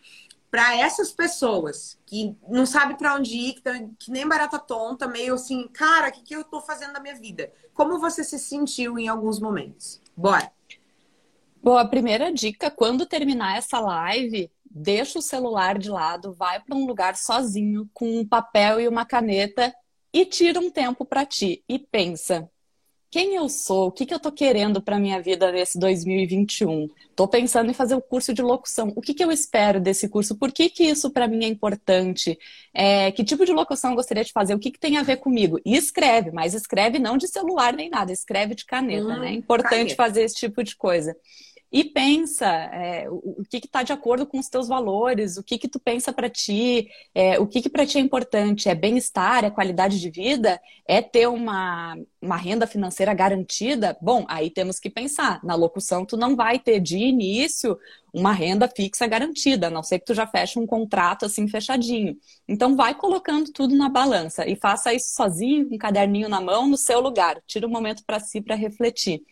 para essas pessoas que não sabem para onde ir, que, tão, que nem barata tonta, meio assim, cara, o que, que eu tô fazendo na minha vida? Como você se sentiu em alguns momentos? Bora! Bom, a primeira dica, quando terminar essa live, deixa o celular de lado, vai para um lugar sozinho, com um papel e uma caneta e tira um tempo para ti e pensa. quem eu sou, o que, que eu tô querendo para minha vida nesse dois mil e vinte e um. Tô pensando em fazer o curso de locução. O que, que eu espero desse curso? Por que, que isso para mim é importante? É, que tipo de locução eu gostaria de fazer? O que, que tem a ver comigo? E escreve, mas escreve não de celular nem nada, escreve de caneta, hum, né? É importante caneta. Fazer esse tipo de coisa. E pensa é, o, o que está de acordo com os teus valores, o que que tu pensa para ti, é, o que que para ti é importante, é bem-estar, é qualidade de vida, é ter uma, uma renda financeira garantida? Bom, aí temos que pensar, na locução tu não vai ter de início uma renda fixa garantida, a não ser que tu já feche um contrato assim fechadinho. Então vai colocando tudo na balança e faça isso sozinho, com um caderninho na mão, no seu lugar. Tira um momento para si para refletir.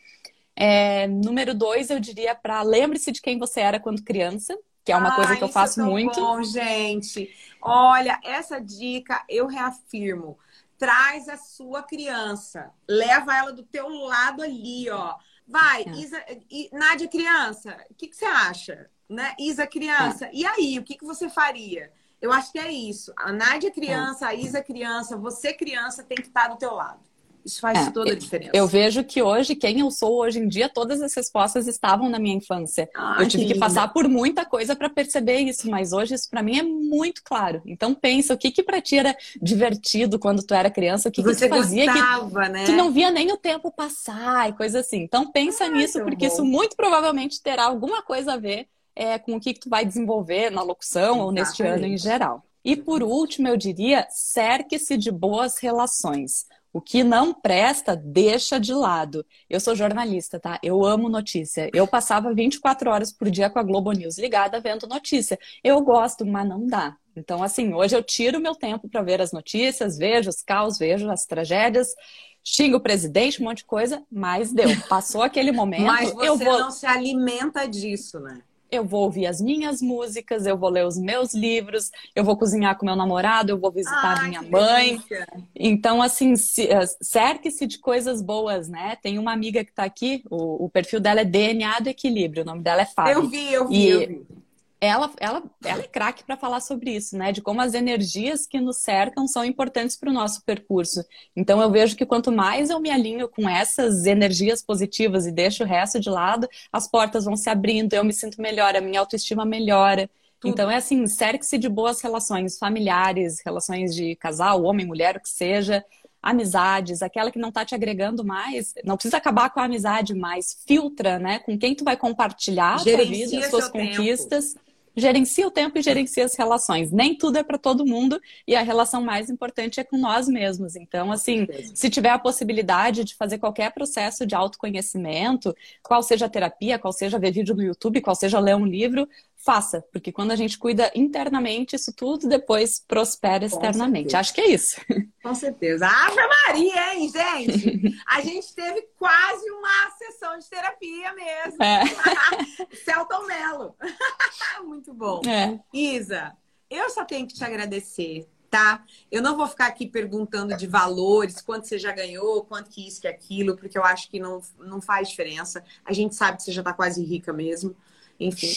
É, número dois, eu diria para lembre-se de quem você era quando criança, que é uma ah, coisa que eu faço isso é tão muito. Bom, gente. Olha, essa dica eu reafirmo. Traz a sua criança, leva ela do teu lado ali, ó. Vai, é. Isa, Nádia criança, o que, que você acha? Né? Isa criança, é. E aí, o que, que você faria? Eu acho que é isso. A Nádia criança, é. A Isa criança, você criança tem que estar do teu lado. Isso faz é, toda a diferença. Eu vejo que hoje, quem eu sou hoje em dia, todas as respostas estavam na minha infância. Ai, eu tive que, que passar por muita coisa para perceber isso, mas hoje isso para mim é muito claro. Então pensa, o que que para ti era divertido quando tu era criança, o que, que tu fazia gostava, que né? tu não via nem o tempo passar e coisa assim. Então pensa ah, nisso, porque bom. Isso muito provavelmente terá alguma coisa a ver é, com o que, que tu vai desenvolver na locução Exatamente. Ou neste ano em geral. E por último, eu diria, cerque-se de boas relações. O que não presta, deixa de lado. Eu sou jornalista, tá? Eu amo notícia. Eu passava vinte e quatro horas por dia com a Globo News ligada vendo notícia. Eu gosto, mas não dá. Então, assim, hoje eu tiro o meu tempo para ver as notícias, vejo os caos, vejo as tragédias, xingo o presidente, um monte de coisa, mas deu. Passou aquele momento. Mas você eu vou... não se alimenta disso, né? Eu vou ouvir as minhas músicas, eu vou ler os meus livros, eu vou cozinhar com meu namorado, eu vou visitar Ai, minha mãe. Delícia. Então, assim, se, cerque-se de coisas boas, né? Tem uma amiga que tá aqui, o, o perfil dela é D N A do Equilíbrio, o nome dela é Fábio. Eu vi, eu vi, e eu vi. Ela, ela, ela é craque para falar sobre isso, né? De como as energias que nos cercam são importantes para o nosso percurso. Então eu vejo que quanto mais eu me alinho com essas energias positivas e deixo o resto de lado, as portas vão se abrindo, eu me sinto melhor, a minha autoestima melhora. Tudo. Então é assim, cerque-se de boas relações familiares, relações de casal, homem, mulher, o que seja, amizades, aquela que não tá te agregando mais, não precisa acabar com a amizade, mas filtra, né? Com quem tu vai compartilhar a tua vida, as tuas conquistas. Tempo. Gerencia o tempo e gerencia as relações. Nem tudo é para todo mundo e a relação mais importante é com nós mesmos. Então, assim, se tiver a possibilidade de fazer qualquer processo de autoconhecimento, qual seja a terapia, qual seja ver vídeo no YouTube, qual seja ler um livro, faça. Porque quando a gente cuida internamente, isso tudo depois prospera externamente. Acho que é isso. Com certeza. Ave Maria, hein, gente? A gente teve quase uma sessão de terapia mesmo. É. Celton Mello. Muito bom. É. Isa, eu só tenho que te agradecer, tá? Eu não vou ficar aqui perguntando de valores, quanto você já ganhou, quanto que isso, que aquilo, porque eu acho que não, não faz diferença. A gente sabe que você já tá quase rica mesmo. Enfim.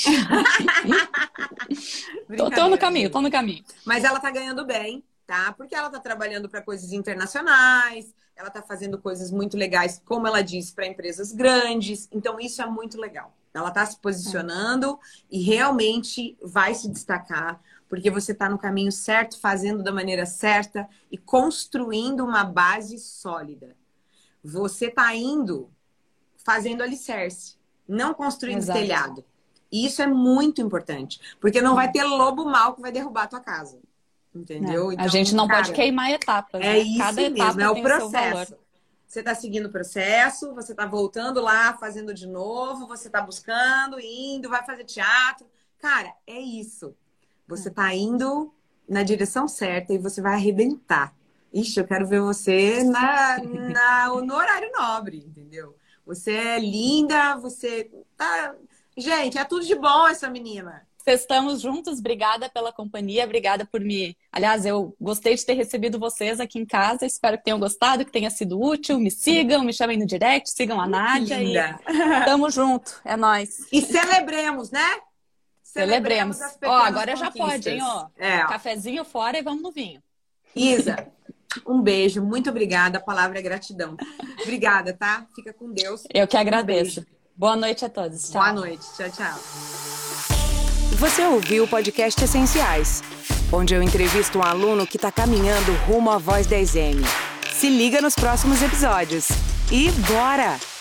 tô, tô no caminho, tô no caminho. Mas ela tá ganhando bem, tá? Porque ela tá trabalhando para coisas internacionais, ela tá fazendo coisas muito legais, como ela disse, para empresas grandes. Então, isso é muito legal. Ela tá se posicionando e realmente vai se destacar, porque você tá no caminho certo, fazendo da maneira certa e construindo uma base sólida. Você tá indo fazendo alicerce, não construindo Exato. Telhado. E isso é muito importante, porque não vai ter lobo mau que vai derrubar a tua casa. Entendeu? É. Então, a gente não cara, pode queimar etapas. É né? isso Cada mesmo, etapa é o tem processo. O seu você está seguindo o processo, você está voltando lá, fazendo de novo, você está buscando, indo, vai fazer teatro. Cara, é isso. Você está indo na direção certa e você vai arrebentar. Ixi, eu quero ver você na, na, no horário nobre, entendeu? Você é linda, você tá... Gente, é tudo de bom essa menina. Estamos juntos, obrigada pela companhia, obrigada por me... Aliás, eu gostei de ter recebido vocês aqui em casa, espero que tenham gostado, que tenha sido útil, me sigam, me chamem no direct, sigam a Nádia e tamo junto, é nóis. E celebremos, né? Celebremos. Ó, agora já pode, hein, ó. É. Cafezinho fora e vamos no vinho. Isa, Um beijo, muito obrigada. A palavra é gratidão. Obrigada, tá? Fica com Deus. Eu que agradeço. Um Boa noite a todos. Tchau. Boa noite. Tchau, tchau. Você ouviu o podcast Essenciais, onde eu entrevisto um aluno que está caminhando rumo à Voz dez M. Se liga nos próximos episódios. E bora!